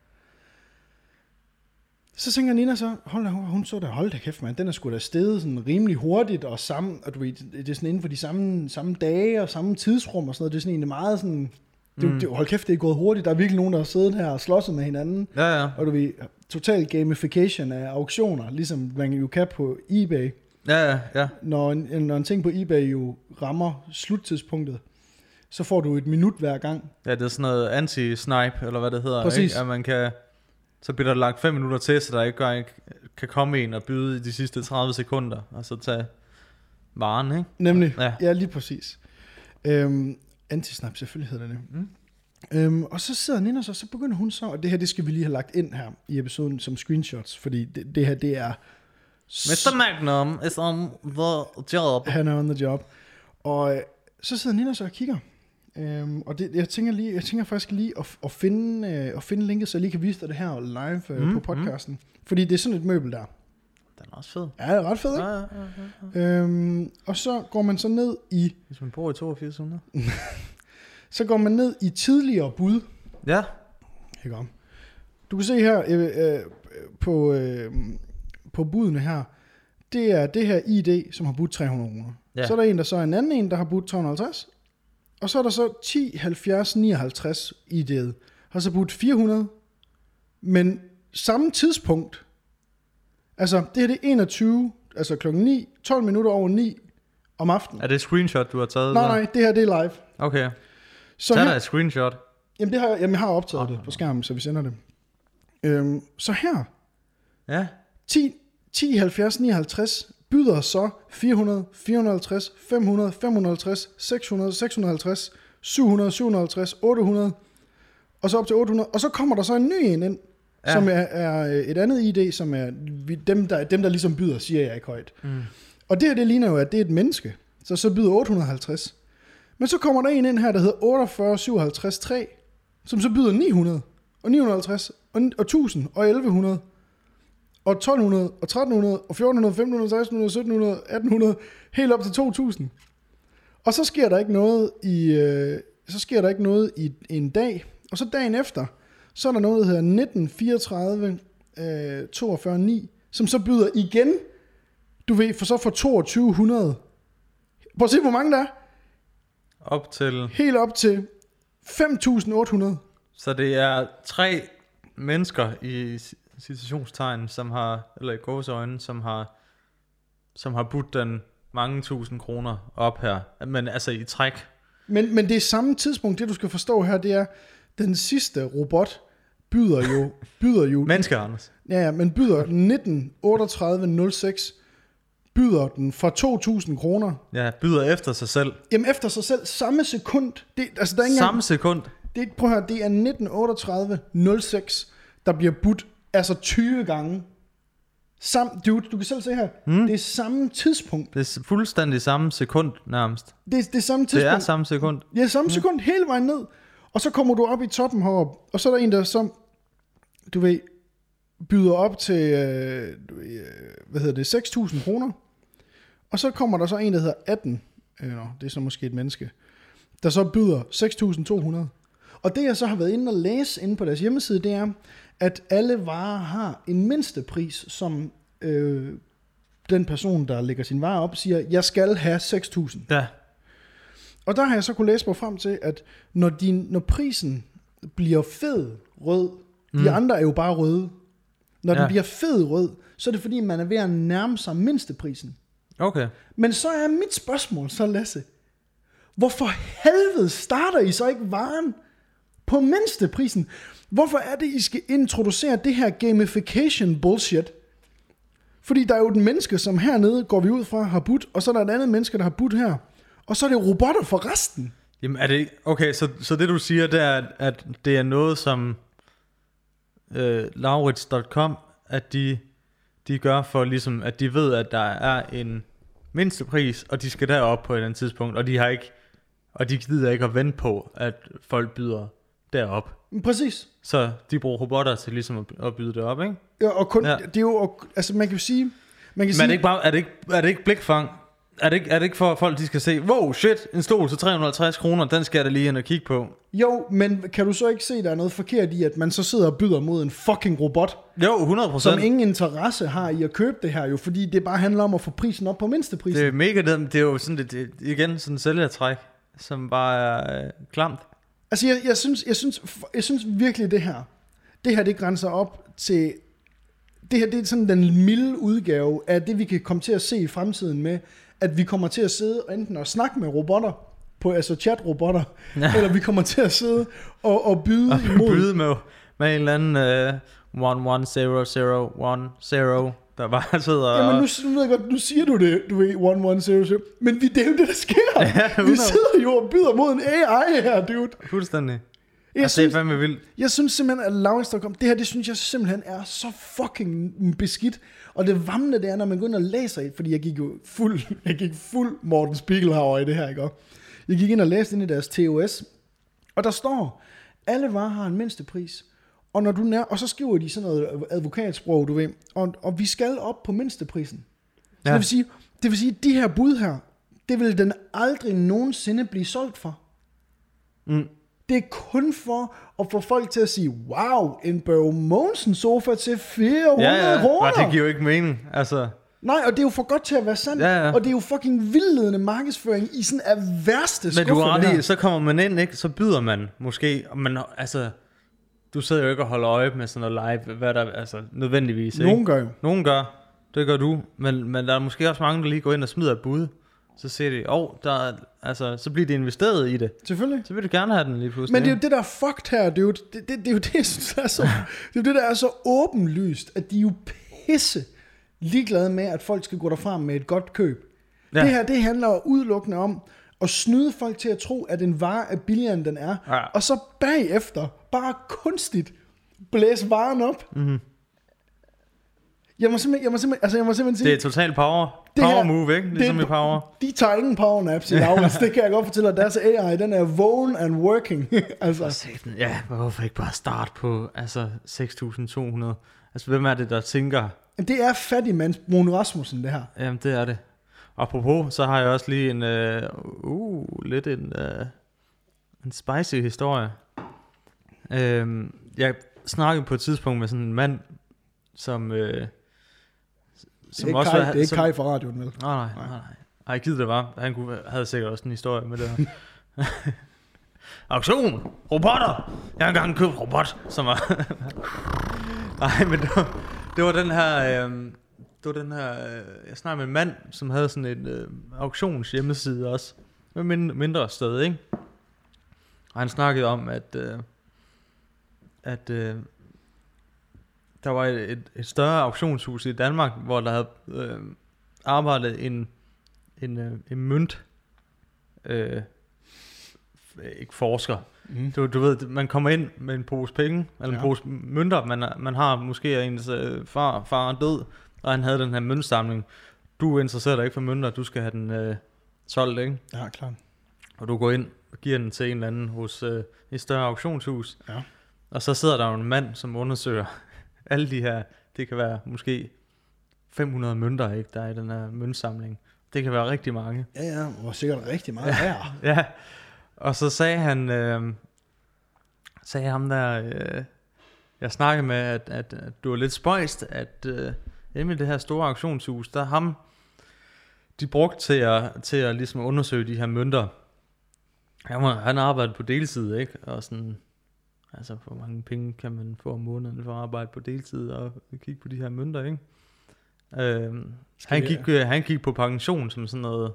Så tænker Nina så, hun så der, hold da kæft mand, den er sgu da steget sådan rimelig hurtigt, og du ved, det er sådan inden for de samme dage, og samme tidsrum, og sådan noget, det er sådan egentlig meget sådan, hold kæft, det er gået hurtigt, der er virkelig nogen, der har siddet her og slåsset med hinanden, og du ved, total gamification af auktioner, ligesom man jo kan på eBay, når en ting på eBay jo rammer sluttidspunktet, så får du et minut hver gang. Ja, det er sådan noget anti-snipe, eller hvad det hedder. Præcis. Ikke? At man kan, så bliver der lagt 5 minutter til, så der ikke kan komme en og byde i de sidste 30 sekunder, og så tage varen, ikke? Nemlig, ja lige præcis. Anti-snipe, selvfølgelig hedder det det. Og så sidder Nina så begynder hun så, og det her, det skal vi lige have lagt ind her i episoden som screenshots, fordi det her, det er... Mr. Magnum is on the job. Han er on the job. Og så sidder Nina så og kigger. Og jeg tænker faktisk lige at finde linket, så jeg lige kan vise dig det her live på podcasten. Fordi det er sådan et møbel der. Den er også fed. Ja, det er ret fed, ikke? Og så går man så ned i... Hvis man bor i 8200. Så går man ned i tidligere bud. Ja. Ikke om. Du kan se her på budene her, det er det her ID, som har budt 300 kroner. Ja. Så er der en anden, der har budt 350. Og så er der så 10, 70, 59 ID'et. Har så budt 400. Men samme tidspunkt, altså det her det er 21, altså klokken 9, 12 minutter over 9 om aftenen. Er det et screenshot, du har taget? Nej, det her det er live. Okay. Så er der et screenshot. Jamen, jeg har optaget det på skærmen, så vi sender det. Så her, 10, 70, 59 byder så 400, 450, 500, 550, 600, 650, 700, 750, 800, og så op til 800. Og så kommer der så en ny ind, som er et andet ID, som er dem, der ligesom byder, siger jeg ikke højt. Og det her, det ligner jo, at det er et menneske. Så byder 850. Men så kommer der en ind her, der hedder 48, 57, 3, som så byder 900, og 950, og 1000, og 1100, og 1200, og 1300, og 1400, 1500, 1600, 1700, 1800, helt op til 2000. Og så sker der ikke noget i en dag, og så dagen efter, så er der noget, der hedder 1934 42 9, som så byder igen, du ved, for så for 2200. Prøv at se, hvor mange der er. Helt op til 5.800. Så det er 3 mennesker i citationstegn, som har, eller i gåseøjne, som har budt den mange tusind kroner op her, men altså i træk. Men det er samme tidspunkt, det du skal forstå her, det er, den sidste robot byder jo mennesker, Anders. Ja, men byder 193806, byder den for 2.000 kroner. Ja, byder efter sig selv. Jamen efter sig selv, samme sekund. Det, altså, der er samme sekund? Prøv at høre, det er 193806, der bliver budt altså 20 gange. Du kan selv se her, det er samme tidspunkt. Det er fuldstændig samme sekund nærmest. Det er samme tidspunkt. Det er samme sekund. Ja, samme sekund hele vejen ned. Og så kommer du op i toppen heroppe, og så er der en, der som, du ved, byder op til, 6.000 kroner. Og så kommer der så en, der hedder 18, det er så måske et menneske, der så byder 6.200. Og det jeg så har været inde og læse inde på deres hjemmeside, det er, at alle varer har en mindstepris, som den person, der lægger sin varer op, siger, jeg skal have 6.000. Ja. Og der har jeg så kunne læse mig frem til, at når prisen bliver fed rød, de andre er jo bare røde. Når den bliver fed rød, så er det fordi, man er ved at nærme sig mindsteprisen. Okay. Men så er mit spørgsmål så, Lasse, hvorfor helvede starter I så ikke varen på mindsteprisen? Hvorfor er det, I skal introducere det her gamification bullshit? Fordi der er jo den menneske, som hernede går vi ud fra, har budt, og så er der et andet menneske, der har budt her. Og så er det robotter for resten. Jamen er det okay, så det du siger, det er, at det er noget som Laurits.com, at de gør for ligesom, at de ved, at der er en mindstepris, og de skal derop på et eller andet tidspunkt, og de gider ikke at vente på, at folk byder derop. Præcis. Så de bruger robotter til ligesom at byde det op, ikke? Ja, og kun, det er jo, altså man kan jo sige... Men er det ikke blikfang? Er det ikke for, at folk de skal se, wow, shit, en stol til 350 kroner, den skal jeg da lige ind og kigge på? Jo, men kan du så ikke se, der er noget forkert i, at man så sidder og byder mod en fucking robot? Jo, 100%. Som ingen interesse har i at købe det her, jo, fordi det bare handler om at få prisen op på mindsteprisen. Det er mega nemt, det er jo sådan, det igen sådan en sælgertræk, som bare er klamt. Altså, jeg synes virkelig, det her, det grænser op til... Det her, det er sådan den milde udgave af det, vi kan komme til at se i fremtiden med, at vi kommer til at sidde enten og snakke med robotter, altså chat-robotter, eller vi kommer til at sidde og byde imod. Byde med en eller anden 110010, der bare sidder og... Jamen nu ved jeg godt, nu siger du det, du ved, 1100, men det er jo det, der sker. Ja, vi sidder jo og byder mod en AI her, dude. Fuldstændig. Det er fandme vildt. Jeg synes simpelthen, at Laurits.com, det her, det synes jeg simpelthen er så fucking beskidt. Og det varmende, det er, når man går ind og læser det, fordi jeg gik fuld Morten Spiegelhauer i det her, ikke? Jeg gik ind og læste ind i deres TOS, og der står, alle varer har en mindstepris. Og når du og så skriver de sådan noget advokatsprog, du ved, og vi skal op på mindsteprisen. Så det vil sige, de her bud her, det vil den aldrig nogensinde blive solgt for. Mm. Det er kun for at få folk til at sige, wow, en Børge Mogensen sofa til 400 kroner. Ja, det giver jo ikke mening. Altså. Nej, og det er jo for godt til at være sandt. Ja. Og det er jo fucking vildledende markedsføring i sådan af værste skuffe. Men du har ret i, så kommer man ind, ikke? Så byder man måske. Men altså, du sidder jo ikke og holder øje med sådan noget live, hvad der altså nødvendigvis. Ikke? Nogen gør. Det gør du. Men der er måske også mange, der lige går ind og smider et bud. Så siger de, så bliver de investeret i det. Selvfølgelig. Så vil du gerne have den lige pludselig. Men det er jo det, der er fucked her. Det er jo det, jeg synes er så... det er jo det, der er så åbenlyst, at de er jo pisse ligeglade med, at folk skal gå derfra med et godt køb. Ja. Det her, det handler udelukkende om at snyde folk til at tro, at en vare er billigere, end den er. Ja. Og så bagefter bare kunstigt blæse varen op. Mm-hmm. Jeg må simpelthen sige... Det er total power move, ikke? Ligesom i Power. De tager ingen powernaps i Laurits. Det kan jeg godt fortælle, at deres AI, den er vågen and working. Altså. Ja, hvorfor ikke bare starte på 6.200? Altså, hvem er det, der tænker... Det er fattigmands Brune Rasmussen, det her. Jamen, det er det. Apropos, så har jeg også lige en spicy historie. Jeg snakkede på et tidspunkt med sådan en mand, som som også Kai, det er ikke Kai fra radioen, vel? Nej. Ej, gider det var. Han havde sikkert også en historie med det her. Auktion! Robotter! Jeg har engang købt robot, som var... Nej, men det var den her... jeg snakkede med en mand, som havde sådan en auktionshjemmeside også. Med mindre sted, ikke? Og han snakkede om, at der var et større auktionshus i Danmark, hvor der havde arbejdet en mønt... ikke forsker. Du ved, man kommer ind med en pose penge, eller en pose mønter, man har måske ens far er død, og han havde den her møntsamling. Du interesserer dig ikke for mønter, du skal have den solgt, ikke? Ja, klart. Og du går ind og giver den til en eller anden hos et større auktionshus. Ja. Og så sidder der jo en mand, som undersøger alle de her, det kan være måske 500 mønter, ikke, der er i den her møntsamling. Det kan være rigtig mange. Ja, og sikkert rigtig meget her. Ja. Og så sagde han, ham der, jeg snakkede med, at du var lidt spøjst, at hjemme i det her store auktionshus, der ham, de brugte til at ligesom undersøge de her mønter. Han arbejdede på deltid, ikke? Og sådan, altså hvor mange penge kan man få om måneden for at arbejde på deltid og kigge på de her mønter, ikke? Han gik på pension som sådan noget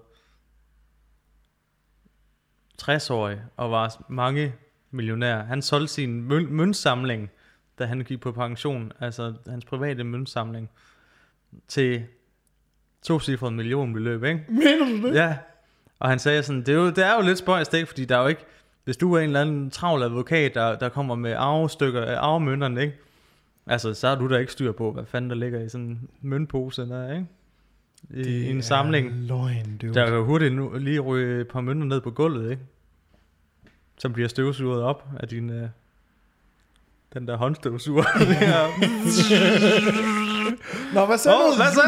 60-årig og var mange millionær. Han solgte sin møntsamling, da han gik på pension, altså hans private møntsamling, til 2-cifret millionbeløb, ikke? Mener du det? Ja. Og han sagde sådan, det er jo lidt spøjst, ikke? Fordi der er jo ikke, hvis du er en eller anden travl advokat, der kommer med arvestykker af arvemønterne, ikke? Altså, så har du da ikke styr på, hvad fanden der ligger i sådan en møntpose der, ikke? I en samling. Løgn, dude. Der kan hurtigt lige ryge et par mønter ned på gulvet, ikke? Som bliver støvsuget op af din den der håndstøvsuger. Nå, hvad sagde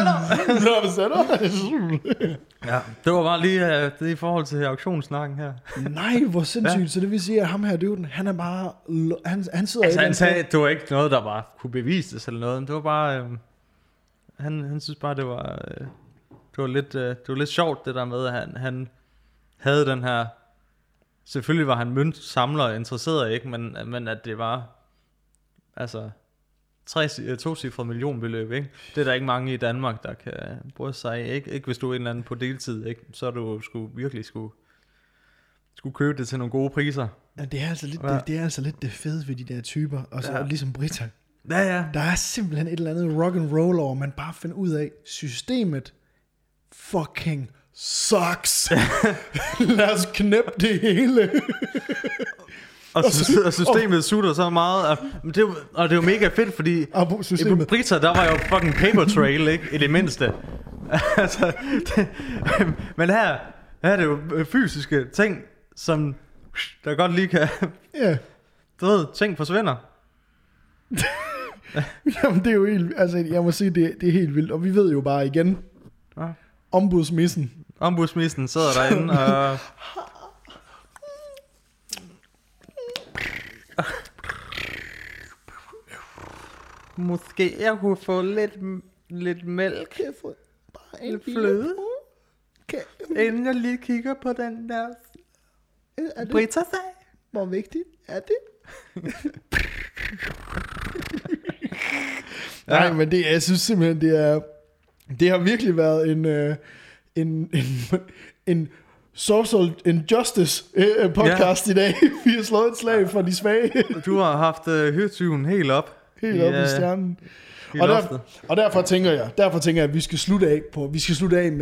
du? Ja, det var bare lige det i forhold til auktionssnakken her. Nej, hvor sindssygt. Ja. Så det vil sige, at ham her duden, han er bare... Han sidder altså, han sagde, det var ikke noget, der bare kunne bevises eller noget. Det var bare... han synes bare, det var lidt sjovt, det der med, at han havde den her... Selvfølgelig var han møntsamler interesseret, ikke? Men at det var... Altså... 2-cifret millionbeløb, ikke? Det er der ikke mange i Danmark, der kan bryste sig af, ikke hvis du er en eller anden på deltid, ikke? Så er du virkelig skulle købe det til nogle gode priser. Ja, det er altså lidt, det er altså lidt det fede ved de der typer, og så ligesom Britta. Ja. Der er simpelthen et eller andet rock and roll over, man bare finder ud af, systemet fucking sucks. Lad os knæppe det hele. Og systemet sutter så meget. Og det er jo mega fedt, fordi i Brita, der var jo fucking paper trail, ikke? I det mindste. Altså, men her er det jo fysiske ting, som der godt lige kan... Ja. Du ved, ting forsvinder. Jamen, det er jo helt... Altså, jeg må sige, det er helt vildt. Og vi ved jo bare igen... Ja. Ombudsmissen sidder derinde og... Måske jeg kunne få lidt mælk. Kan jeg få bare en fløde? Inden jeg lige kigger på den der Brita-sag. Hvor vigtigt er det? Nej, men jeg synes simpelthen, det har virkelig været en social injustice podcast i dag. Vi har slået et slag for de svage. Du har haft høtyven helt op. Helt op i stjernen. Og derfor tænker jeg, at vi skal slutte af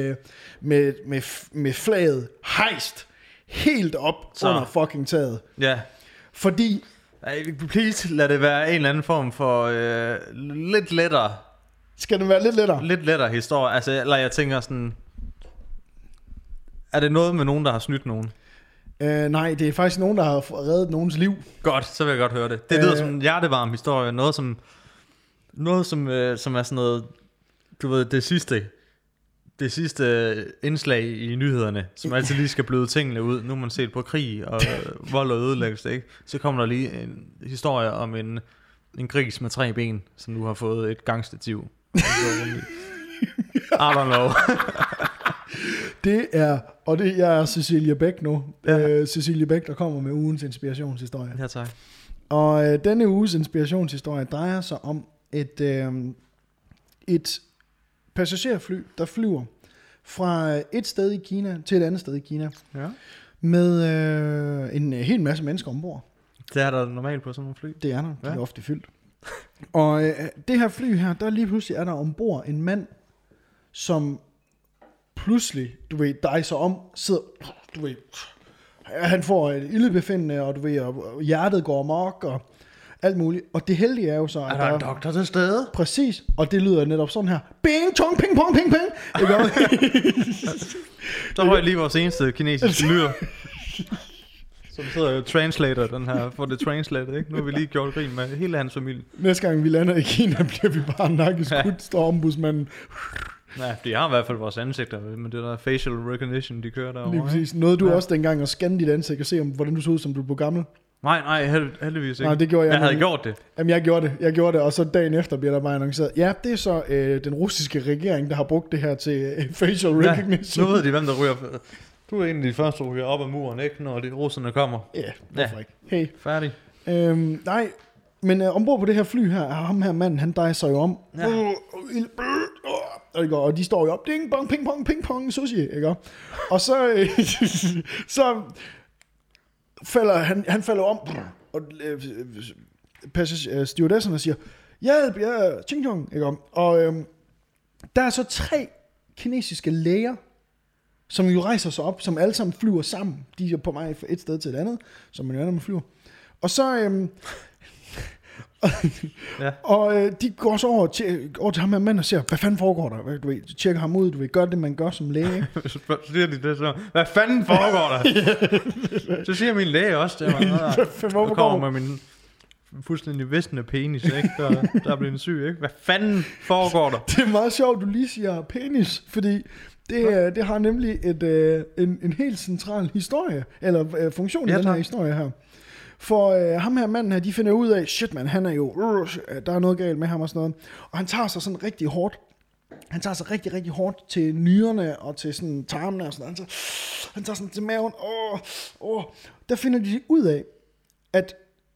med flaget hejst helt op under fucking taget. Ja. Fordi please lad det være en eller anden form for lidt lettere. Skal det være lidt lettere? Lidt lettere historie. Altså, eller jeg tænker sådan, er det noget med nogen, der har snydt nogen? Nej, det er faktisk nogen, der har reddet nogens liv. Godt, så vil jeg godt høre det. Det lyder som en hjertevarm historie. Noget som er sådan noget, du ved, det sidste Det sidste indslag i nyhederne, som altid lige skal bløde tingene ud. Nu har man set på krig og vold og ødelæggelse, ikke? Så kommer der lige en historie om en gris med 3 ben, som nu har fået et gangstativ. I don't know. Jeg er Cecilie Bæk nu. Ja. Cecilie Bæk, der kommer med ugens inspirationshistorie. Ja, tak. Og denne uges inspirationshistorie drejer sig om et passagerfly, der flyver fra et sted i Kina til et andet sted i Kina. Ja. Med en hel masse mennesker ombord. Det er der normalt på sådan nogle fly. Det er der. De er ofte fyldt. Og det her fly her, der lige pludselig er der ombord en mand, som pludselig, dejser om, sidder, han får et ildebefindende, og hjertet går amok, og alt muligt. Og det heldige er jo så, at der er en doktor til stede. Præcis, og det lyder netop sådan her. Bing, tong, ping, pong, ping, ping. Der var lige vores eneste kinesiske lyder. Som sidder jo translator, den her, for det translated, ikke? Nu har vi lige gjort grin med hele hans familie. Næste gang vi lander i Kina, bliver vi bare nakkeskudt, står ombudsmanden. Nej, de har i hvert fald vores ansigter, men det der facial recognition, de kører derovre. Lige præcis. Nåede du også dengang at scanne dit ansigt og se, hvordan du så ud, som du blev gammel? Nej, heldigvis ikke. Nej, det gjorde jeg. Jeg havde gjort det. Jamen, jeg gjorde det, og så dagen efter bliver der bare annonceret. Ja, det er så den russiske regering, der har brugt det her til facial recognition. Nu ved de, hvem der ryger. Du er en af de første, der ryger op ad muren, ikke? Når de russerne kommer. Ja, hvorfor ikke? Hey. Færdig. Nej, men ombord på det her fly her, er ham her manden, han dejser jo om. Ja. Og de står jo op, ding, bong, ping, pong, ping, pong, sushi, ikke? Og så, så falder han falder om, og stewardesserne siger, hjælp, ja, ching chong, ikke? Og der er så 3 kinesiske læger, som jo rejser sig op, som alle sammen flyver sammen. De er på vej fra et sted til et andet, som man jo er, når man flyver. Og så... ja. Og de går så over til ham her mand og siger, hvad fanden foregår der? Du ved, tjekker ham ud, du ved, gør det, man gør som læge. Så siger de det så, hvad fanden foregår der? Så siger min læge også, det var kommer med min fuldstændig visnende penis, ikke? Der er blevet syg, ikke? Hvad fanden foregår der? Det er meget sjovt, du lige siger penis, fordi det har nemlig en helt central historie, eller funktion i den her historie her. For ham her manden her, de finder ud af, shit man, han er jo, der er noget galt med ham og sådan noget. Og han tager sig sådan rigtig hårdt. Han tager sig rigtig, rigtig hårdt til nyrerne og til sådan tarmene og sådan noget. Han tager sådan til maven. Der finder de ud af, at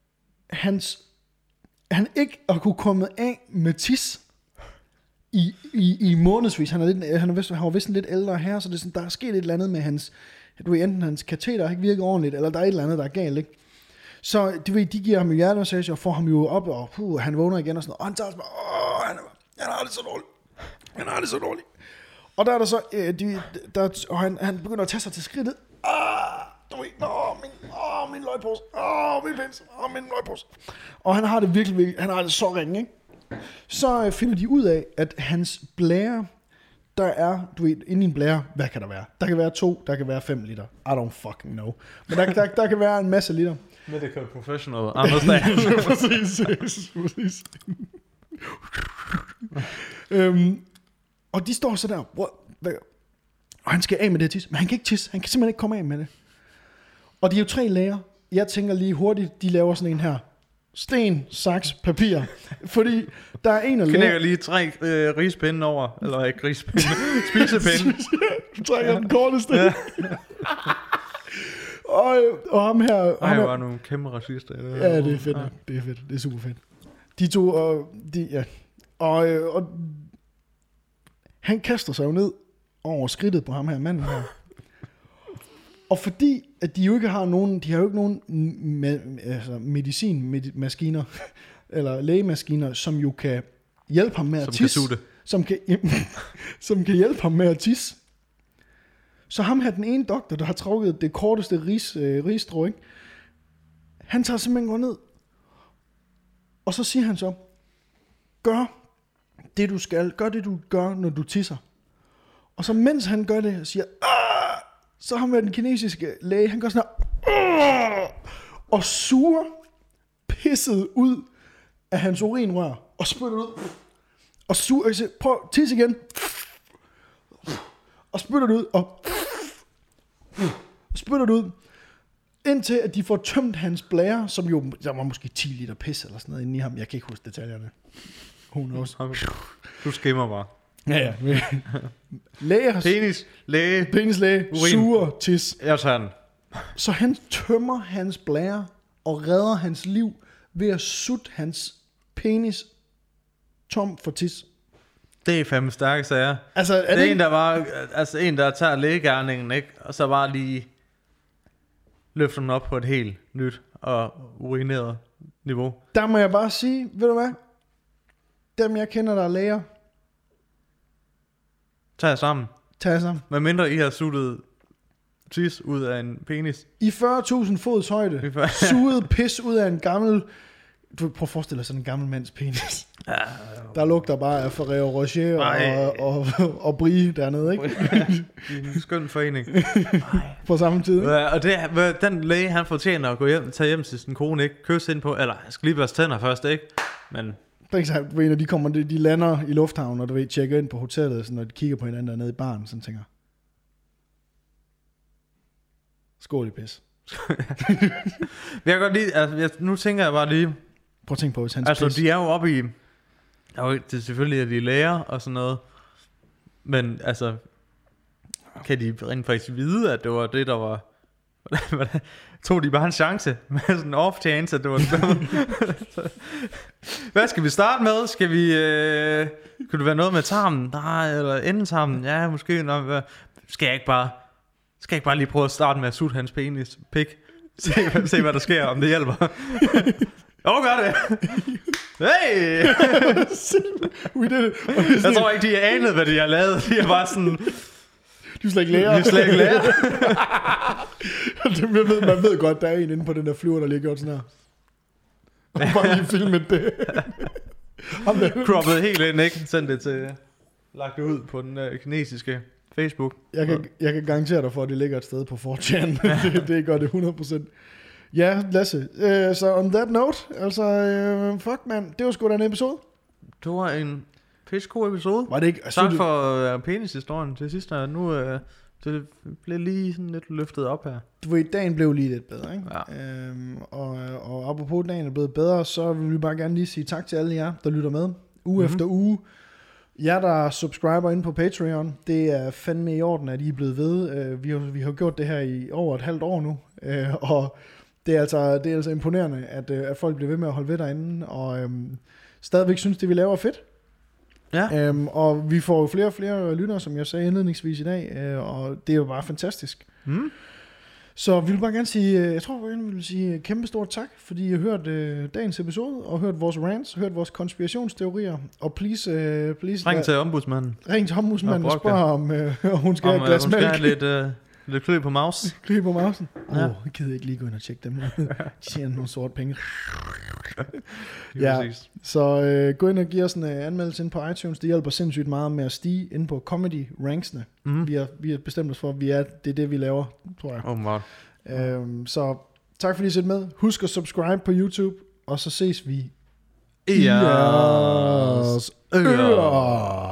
han ikke har kunne komme af med tis i månedsvis. Han var vist en lidt ældre herre, så det er sådan, der er sket et eller andet med hans, enten hans kateter har ikke virket ordentligt, eller der er et eller andet, der er galt, ikke? Så de giver ham jo hjertemassage og får ham jo op, og han vågner igen og sådan noget. Og han tager sig bare, han har det så dårligt. Han har det så dårligt. Og der er der så, og han begynder at tage sig til skridtet. Min løgpose. Min pens. Min løgpose. Og han har det virkelig, han har det så ringe, ikke? Så finder de ud af, at hans blære, der er, inde i en blære, hvad kan der være? Der kan være 2, der kan være 5 liter. I don't fucking know. Men der kan være en masse liter. Medical professional, understand. Præcis. Og de står så der, og han skal af med det her tis, men han kan ikke tisse, han kan simpelthen ikke komme af med det. Og de er jo 3 læger. Jeg tænker lige hurtigt, de laver sådan en her. Sten, saks, papir. Fordi der er en af læger... Knækker lige 3 rispinde over, eller ikke rispinde, spisepinde. Du trækker den korteste. Ja. Og ham her... Ej, var nogle kæmpe racister. Ja, det er fedt. Ja. Det er fedt. Det er super fedt. De to, og han kaster sig jo ned over skridtet på ham her manden her. Og fordi at de jo ikke har nogen, de har jo ikke nogen medicinmaskiner eller lægemaskiner, som jo kan hjælpe ham med at tisse, som kan hjælpe ham med at tisse. Så ham her, den ene doktor, der har trukket det korteste risstrå, ikke? Han tager simpelthen går ned, og så siger han så, gør det du skal, gør det du gør, når du tisser. Og så mens han gør det, siger, så ham med den kinesiske læge, han gør sådan her, og suger pisset ud af hans urinrør, og spytter ud, og suger, prøv, tis igen. og spytter det ud, og spytter det ud, indtil at de får tømt hans blære, som jo, der var måske 10 liter pis eller sådan noget inde i ham. Jeg kan ikke huske detaljerne. Who knows? Du skimmer bare. Ja. Læge. Penislæge. Suger tis. Jeg tager den. Så han tømmer hans blære og redder hans liv ved at sutte hans penis tom for tis. Det er fandme stærke sager. Altså, det er en, der tager lægegerningen, ikke? Og så bare lige løfter den op på et helt nyt og urineret niveau. Der må jeg bare sige, ved du hvad? Dem jeg kender, der er læger. Tag sammen. Med mindre I har suttet tis ud af en penis. I 40.000 fods højde. Suget pis ud af en gammel... Du prøv at forestille dig sådan en gammel mands penis. Ja. Der lugter bare af Ferrero Rocher og Brie dernede, ikke? En skøn forening. På samme tid. Ja, og den læge, han fortjener at tage hjem til sin kone, ikke? Kysse ind på, eller jeg skal lige børste tænder først, ikke? Men... Når de kommer, de lander i lufthavnen, og du ved, tjekker ind på hotellet, så når de kigger på hinanden dernede i baren, så tænker skål i pis. Jeg kan godt lide, altså, nu tænker jeg bare lige... Prøv at tænke på, hvis hans altså, pis... de er jo oppe i... Det er selvfølgelig, at de er læger og sådan noget. Men altså... Kan de rent faktisk vide, at det var det, der var... Tog de bare en chance med sådan en off-chance, at det var... Hvad skal vi starte med? Skal vi... Kunne det være noget med tarmen? Nej, eller endetarmen? Ja, måske. Skal jeg ikke bare lige prøve at starte med at sutte hans penis? Pik. Se hvad der sker, om det hjælper. Gør det. Hey! Jeg tror ikke, de anede, hvad de har lavet. De er bare sådan... De er slet ikke lærer. Man ved godt, der er en inde på den der flyver, der lige har gjort sådan her. Og bare lige filmet det. Croppet helt ind, ikke? Sendt det til... Lagt det ud på den kinesiske Facebook. Jeg kan garantere dig for, at det ligger et sted på 4chan. det gør det 100%. Ja, Lasse. Så on that note, altså, fuck man, det var sgu da en episode. Det var en pissegod episode. Var det ikke? Tak for penishistorien til sidst. Nu det blev lige sådan lidt løftet op her. Du ved, dagen blev lige lidt bedre, ikke? Ja. Og apropos dagen er blevet bedre, så vil vi bare gerne lige sige tak til alle jer, der lytter med. Uge efter uge. Jer, der subscriber inde på Patreon, det er fandme i orden, at I er blevet ved. Vi har gjort det her i over et halvt år nu, og det er altså imponerende, at folk bliver ved med at holde ved derinde, og stadigvæk synes, det vi laver er fedt. Ja. Og vi får jo flere og flere lyttere, som jeg sagde indledningsvis i dag, og det er jo bare fantastisk. Så vi vil bare gerne sige, jeg tror, vi vil sige kæmpe stort tak, fordi I har hørt dagens episode, og hørt vores rants, hørt vores konspirationsteorier, og please ring til ombudsmanden. Ring til ombudsmanden og spørg om hun skal have et glas mælk. Hun skal have lidt klø på mouse. Klø på mausen. Jeg gider ikke lige gå ind og tjekke dem. De tjener nogle sorte penge. Ja, så gå ind og giv os en anmeldelse ind på iTunes. Det hjælper sindssygt meget med at stige ind på comedy ranksene. Vi har bestemt os for, at det er det, vi laver, tror jeg. Så tak fordi I set med. Husk at subscribe på YouTube, og så ses vi i jeres ører.